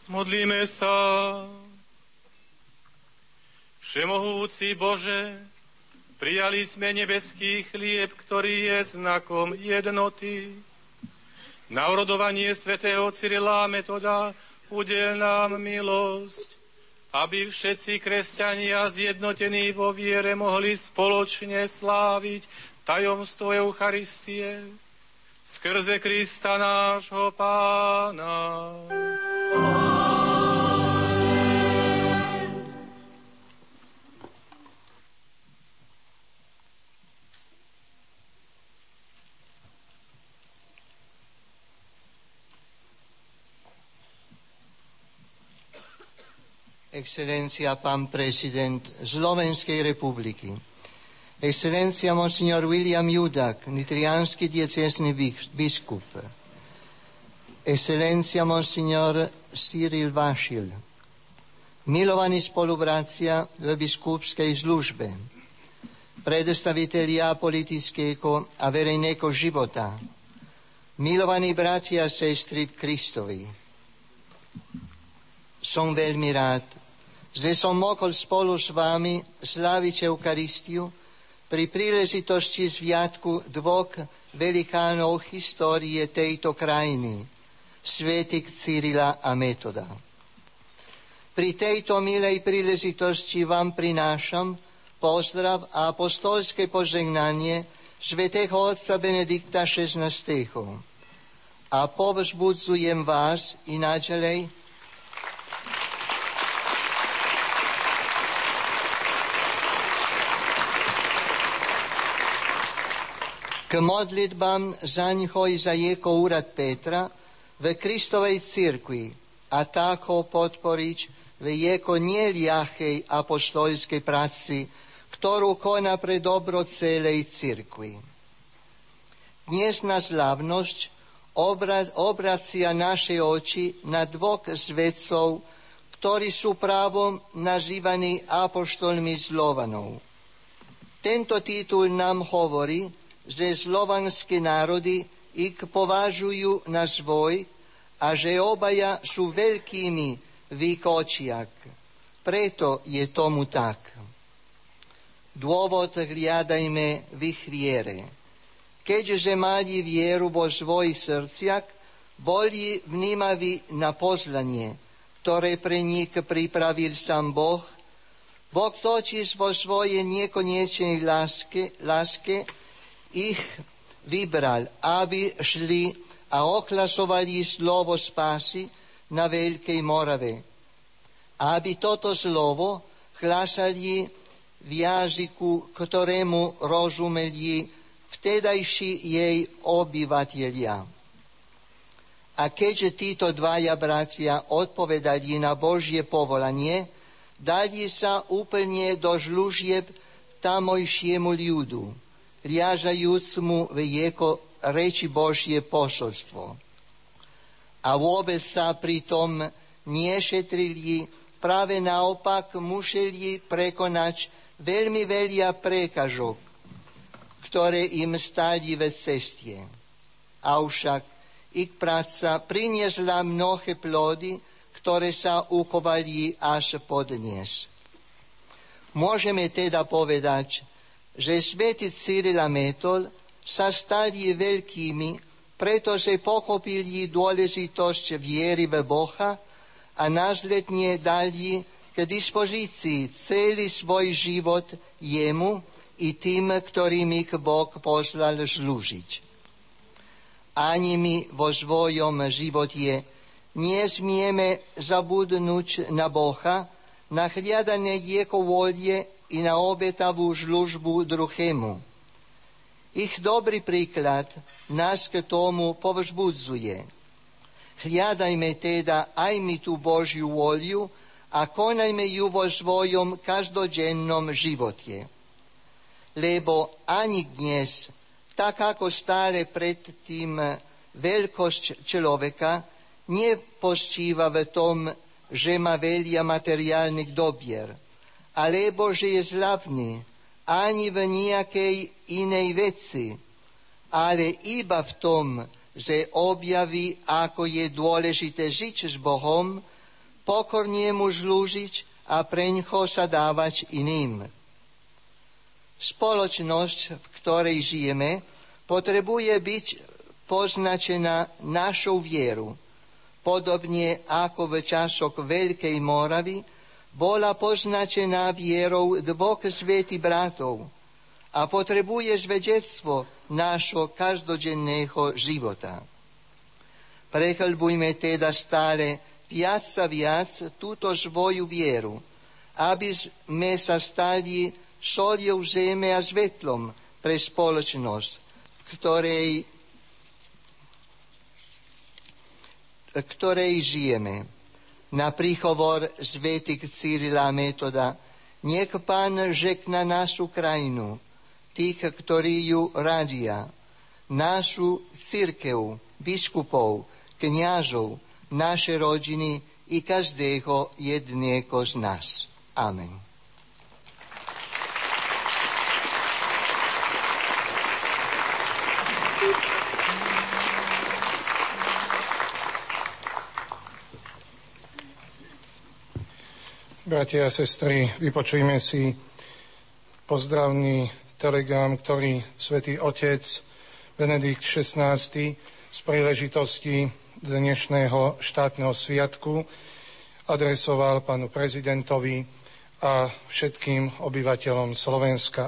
Modlíme sa. Všemohúci Bože, prijali sme nebeský chlieb, ktorý je znakom jednoty. Na urodovanie svätého Cyrila a Metoda udel nám milosť, aby všetci kresťania zjednotení vo viere mohli spoločne sláviť tajomstvo Eucharistie skrze Krista nášho Pána. Excelencia pán prezident Slovenskej republiky, Excelencia monsignor William Judak, nitrianský diecézny biskup, Excelencia monsignor Cyril Vašil, milovaní spolubratia v biskupskej službe, predstavitelia politického a verejného života, milovaní bratia a sestry v Kristovi. Som veľmi rád, že som mohol spolu s vami sláviť Eucharistiu pri príležitosti sviatku dvoch velikánov histórie tejto krajiny, svätých Cyrila a Metoda. Pri tejto milej príležitosti vám prinášam pozdrav a apostolské požehnanie svätého otca Benedikta XVI. A povzbudzujem vás i naďalej k modlitbám za ňoho i za jeho úrad Petra v Kristovej cirkvi a tak ho podporiť v jeho neľahkej apostolskej práci, ktorú koná pre dobro celej cirkvi. Dnes na slávnosť obracia naše oči na dvoch svetcov, ktorí sú právom nazývaní apoštolmi Slovanov. Tento titul nám hovorí, že slovanské národy ich považujú na svoj a že obaja sú veľkými v ich očiach. Preto je tomu tak. Dôvod hľadajme v ich viere. Keďže mali vieru vo svojich srdciach, boli vnímaví na poznanie, ktoré pre nich pripravil sám Boh. Boh totiž vo svojej nekonečnej láske ich vybral, aby šli a ohlasovali slovo spásy na Veľkej Morave. Aby toto slovo hlásali v jazyku, ktorému rozumeli vtedajší jej obyvatelia. A keďže títo dvaja bratia odpovedali na Božie povolanie, dali sa úplne do služieb tamojšiemu ľudu, liažajúc v jeho reči Božie posolstvo. A vôbec sa pritom nešetrili, práve naopak museli prekonať veľmi veľa prekažok, ktoré im stali v ceste. Avšak ich práca priniesla mnohé plody, ktoré sa uchovali až podnes. Môžeme teda povedať, že svätý Cyril a Metod sa stali veľkými, pretože pochopili dôležitosť viery v Boha a následne dali k dispozícii celý svoj život jemu i tým, ktorým ich Boh poslal slúžiť. Ani my vo svojom živote nesmieme zabudnúť na Boha, na hľadanie jeho volie i na obetavú službu druhému. Ich dobrý príklad nás k tomu povzbudzuje. Hľadajme teda aj my tú Božiu vôľu a konajme ju vo svojom každodennom živote. Lebo ani dnes, tak ako stále predtým, veľkosť človeka nepočíva v tom, že má veľa materiálnych dobier, alebo že je slavný, ani v nejakej inej veci, ale iba v tom, že objaví, ako je dôležité žiť s Bohom pokorne mu slúžiť a preňho sa dávať iným. Spoločnosť, v ktorej žijeme, potrebuje byť poznačená našou vieru, podobne ako v časoch Veľkej Moravy bola poznačená vierou dvoch svätých bratov a potrebuje svedectvo nášho každodenného života. Prehlbujme teda stále viac a viac túto svoju vieru, aby sme sa stali soľou zeme a svetlom pre spoločnosť, v ktorej žijeme. Na príhovor svätých Cyrila a Metoda nech Pán žehná našu krajinu, tých, ktorí ju radia, našu cirkev, biskupov, kňazov, naše rodiny i každého jedného z nás. Amen. Bratia a sestry, vypočujme si pozdravný telegram, ktorý svätý otec Benedikt XVI z príležitosti dnešného štátneho sviatku adresoval pánu prezidentovi a všetkým obyvateľom Slovenska.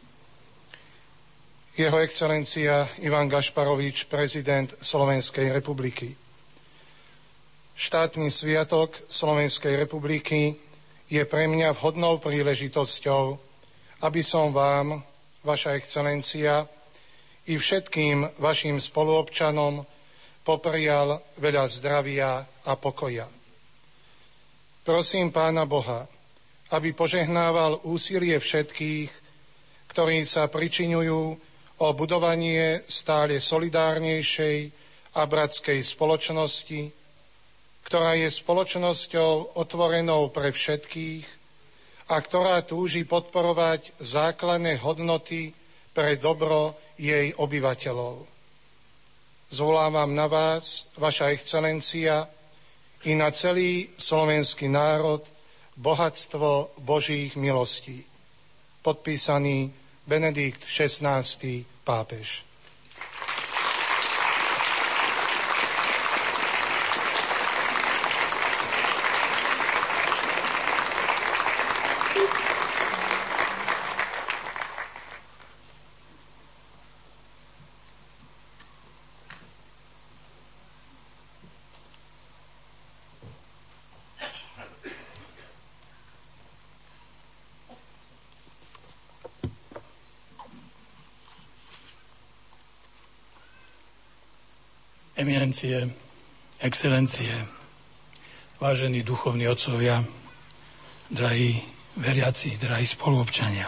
Jeho excelencia Ivan Gašparovič, prezident Slovenskej republiky. Štátny sviatok Slovenskej republiky je pre mňa vhodnou príležitosťou, aby som vám, vaša excelencia, i všetkým vašim spoluobčanom poprial veľa zdravia a pokoja. Prosím Pána Boha, aby požehnával úsilie všetkých, ktorí sa pričiňujú o budovanie stále solidárnejšej a bratskej spoločnosti, ktorá je spoločnosťou otvorenou pre všetkých a ktorá túži podporovať základné hodnoty pre dobro jej obyvateľov. Zvolávam na vás, vaša excelencia, i na celý slovenský národ bohatstvo Božích milostí. Podpísaný Benedikt XVI. Pápež. Eminencie, excelencie, vážení duchovní otcovia, drahí veriaci, drahí spoluobčania.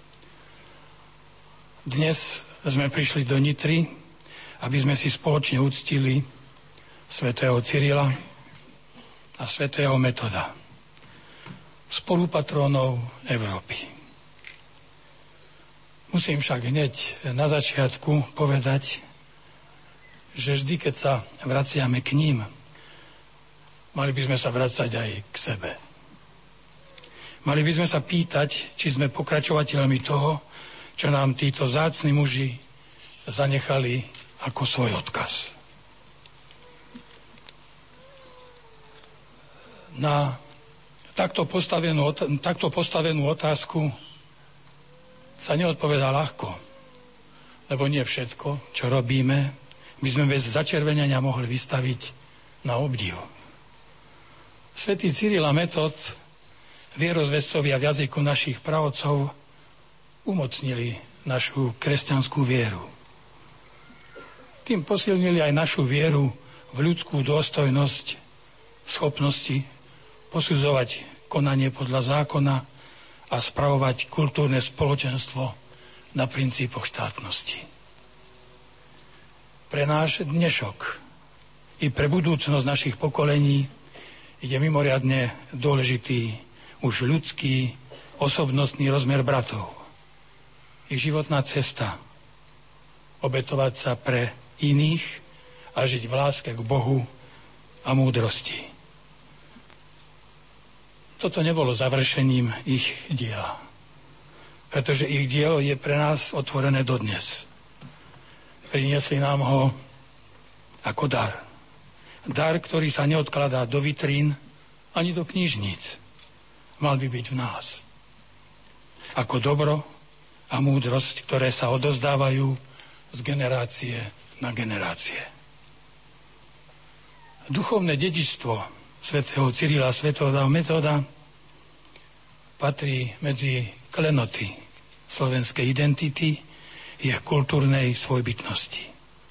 Dnes sme prišli do Nitry, aby sme si spoločne uctili svätého Cyrila a svätého Metoda, spolupatrónov Európy. Musím však hneď na začiatku povedať, že vždy, keď sa vraciame k ním, mali by sme sa vracať aj k sebe. Mali by sme sa pýtať, či sme pokračovateľmi toho, čo nám títo vzácni muži zanechali ako svoj odkaz. Na takto postavenú otázku sa neodpovedá ľahko, lebo nie všetko, čo robíme, by sme bez začervenenia mohli vystaviť na obdiv. Svätý Cyril a Metod, vierozvescovia v jazyku našich praotcov, umocnili našu kresťanskú vieru. Tým posilnili aj našu vieru v ľudskú dôstojnosť, schopnosti posudzovať konanie podľa zákona a spravovať kultúrne spoločenstvo na princípoch štátnosti. Pre náš dnešok i pre budúcnosť našich pokolení je mimoriadne dôležitý už ľudský, osobnostný rozmer bratov. Ich životná cesta obetovať sa pre iných a žiť v láske k Bohu a múdrosti. toto nebolo završením ich diela. Pretože ich dielo je pre nás otvorené dodnes. Priniesli nám ho ako dar. Dar, ktorý sa neodkladá do vitrín ani do knižníc. Mal by byť v nás. Ako dobro a múdrosť, ktoré sa odozdávajú z generácie na generácie. Duchovné dedičstvo svätého Cyrila a svätého Metoda patrí medzi klenoty slovenskej identity, ich kultúrnej svojbytnosti.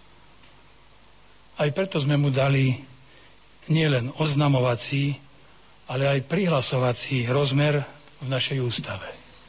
Aj preto sme mu dali nielen oznamovací, ale aj prihlasovací rozmer v našej ústave.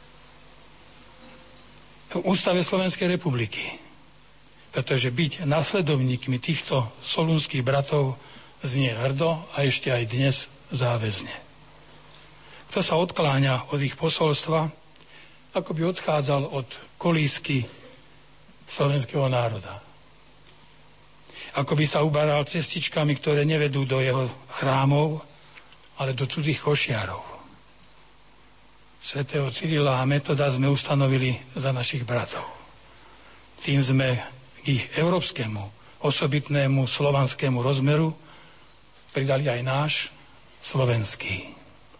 V ústave Slovenskej republiky, pretože byť následovníkmi týchto solúnskych bratov znie hrdo a ešte aj dnes záväzne. Kto sa odkláňa od ich posolstva, ako by odchádzal od kolísky slovenského národa. Ako by sa uberal cestičkami, ktoré nevedú do jeho chrámov, ale do cudzích košiarov. Svätého Cyrila a Metoda sme ustanovili za našich bratov. Tým sme k ich európskemu, osobitnému slovanskému rozmeru pridali aj náš slovenský.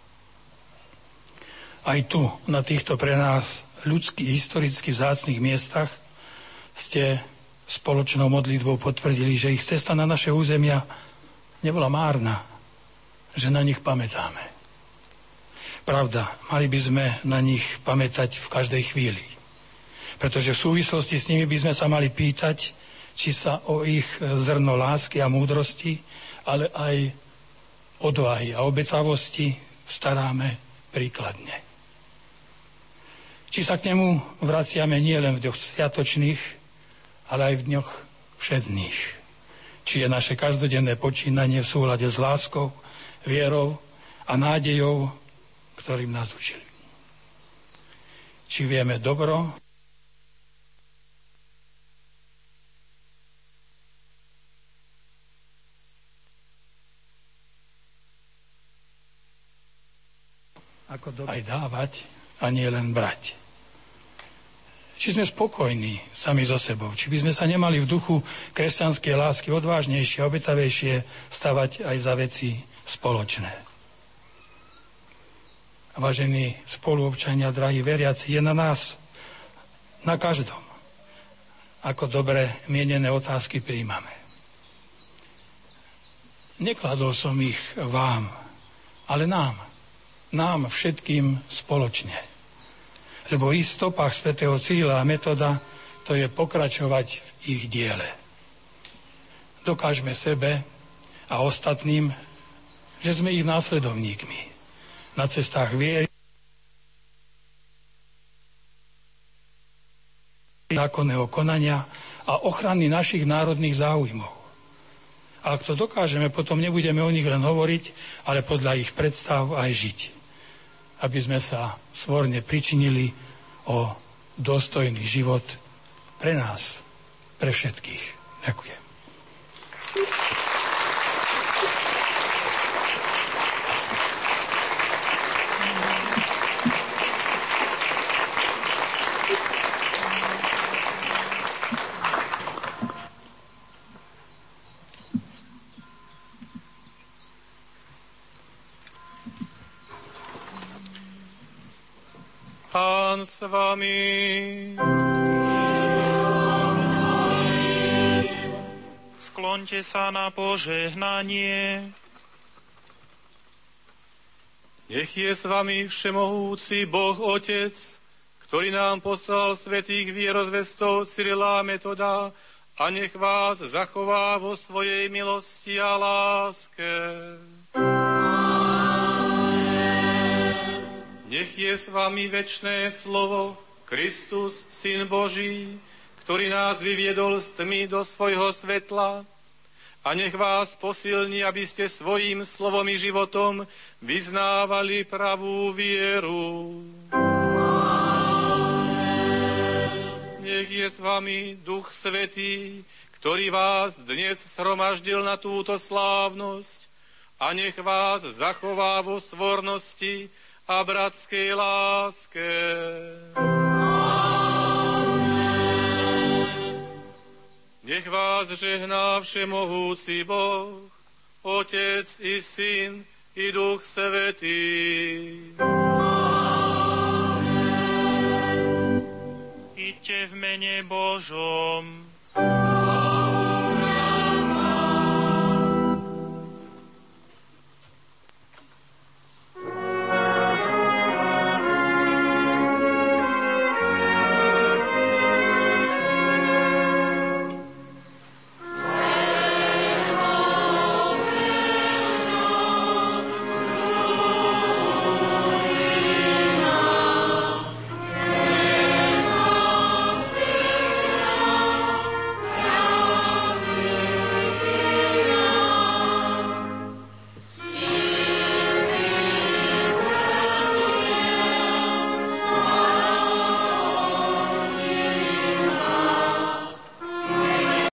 Aj tu, na týchto pre nás ľudských, historicky vzácnych miestach, ste spoločnou modlitbou potvrdili, že ich cesta na naše územia nebola márna, že na nich pamätáme. Pravda, mali by sme na nich pamätať v každej chvíli. Pretože v súvislosti s nimi by sme sa mali pýtať, či sa o ich zrno lásky a múdrosti, ale aj odvahy a obetavosti staráme príkladne. Či sa k nemu vraciame nielen v dňoch sviatočných, ale aj v dňoch všedných. Či je naše každodenné počínanie v súlade s láskou, vierou a nádejou, ktorým nás učili. Či vieme dobro, ako aj dávať a nie len brať. Či sme spokojní sami so sebou, či by sme sa nemali v duchu kresťanskej lásky odvážnejšie a obetavejšie stavať aj za veci spoločné. Vážení spoluobčania, drahí veriaci, je na nás, na každom, ako dobre mienené otázky prijímame. Nekladol som ich vám, ale nám všetkým spoločne. Lebo ísť v stopách svätého Cyrila a Metoda, to je pokračovať v ich diele. Dokážme sebe a ostatným, že sme ich následovníkmi na cestách viery, zákonného konania a ochrany našich národných záujmov. A ak to dokážeme, potom nebudeme o nich len hovoriť, ale podľa ich predstav aj žiť. Aby sme sa svorne pričinili o dôstojný život pre nás, pre všetkých. Ďakujem. Pán s vami. Skloňte sa na požehnanie. Nech je s vami všemohúci Boh Otec, ktorý nám poslal svätých vierozvestov Cyrila a Metoda, a nech vás zachová vo svojej milosti a láske. Nech je s vami večné slovo, Kristus, Syn Boží, ktorý nás vyviedol z tmy do svojho svetla, a nech vás posilní, aby ste svojím slovom i životom vyznávali pravú vieru. Nech je s vami Duch Svätý, ktorý vás dnes shromaždil na túto slávnosť, a nech vás zachová vo svornosti a bratskej láske. Nech vás žehná všemohúci Boh, Otec i Syn i Duch Svätý. Idte v mene Božom.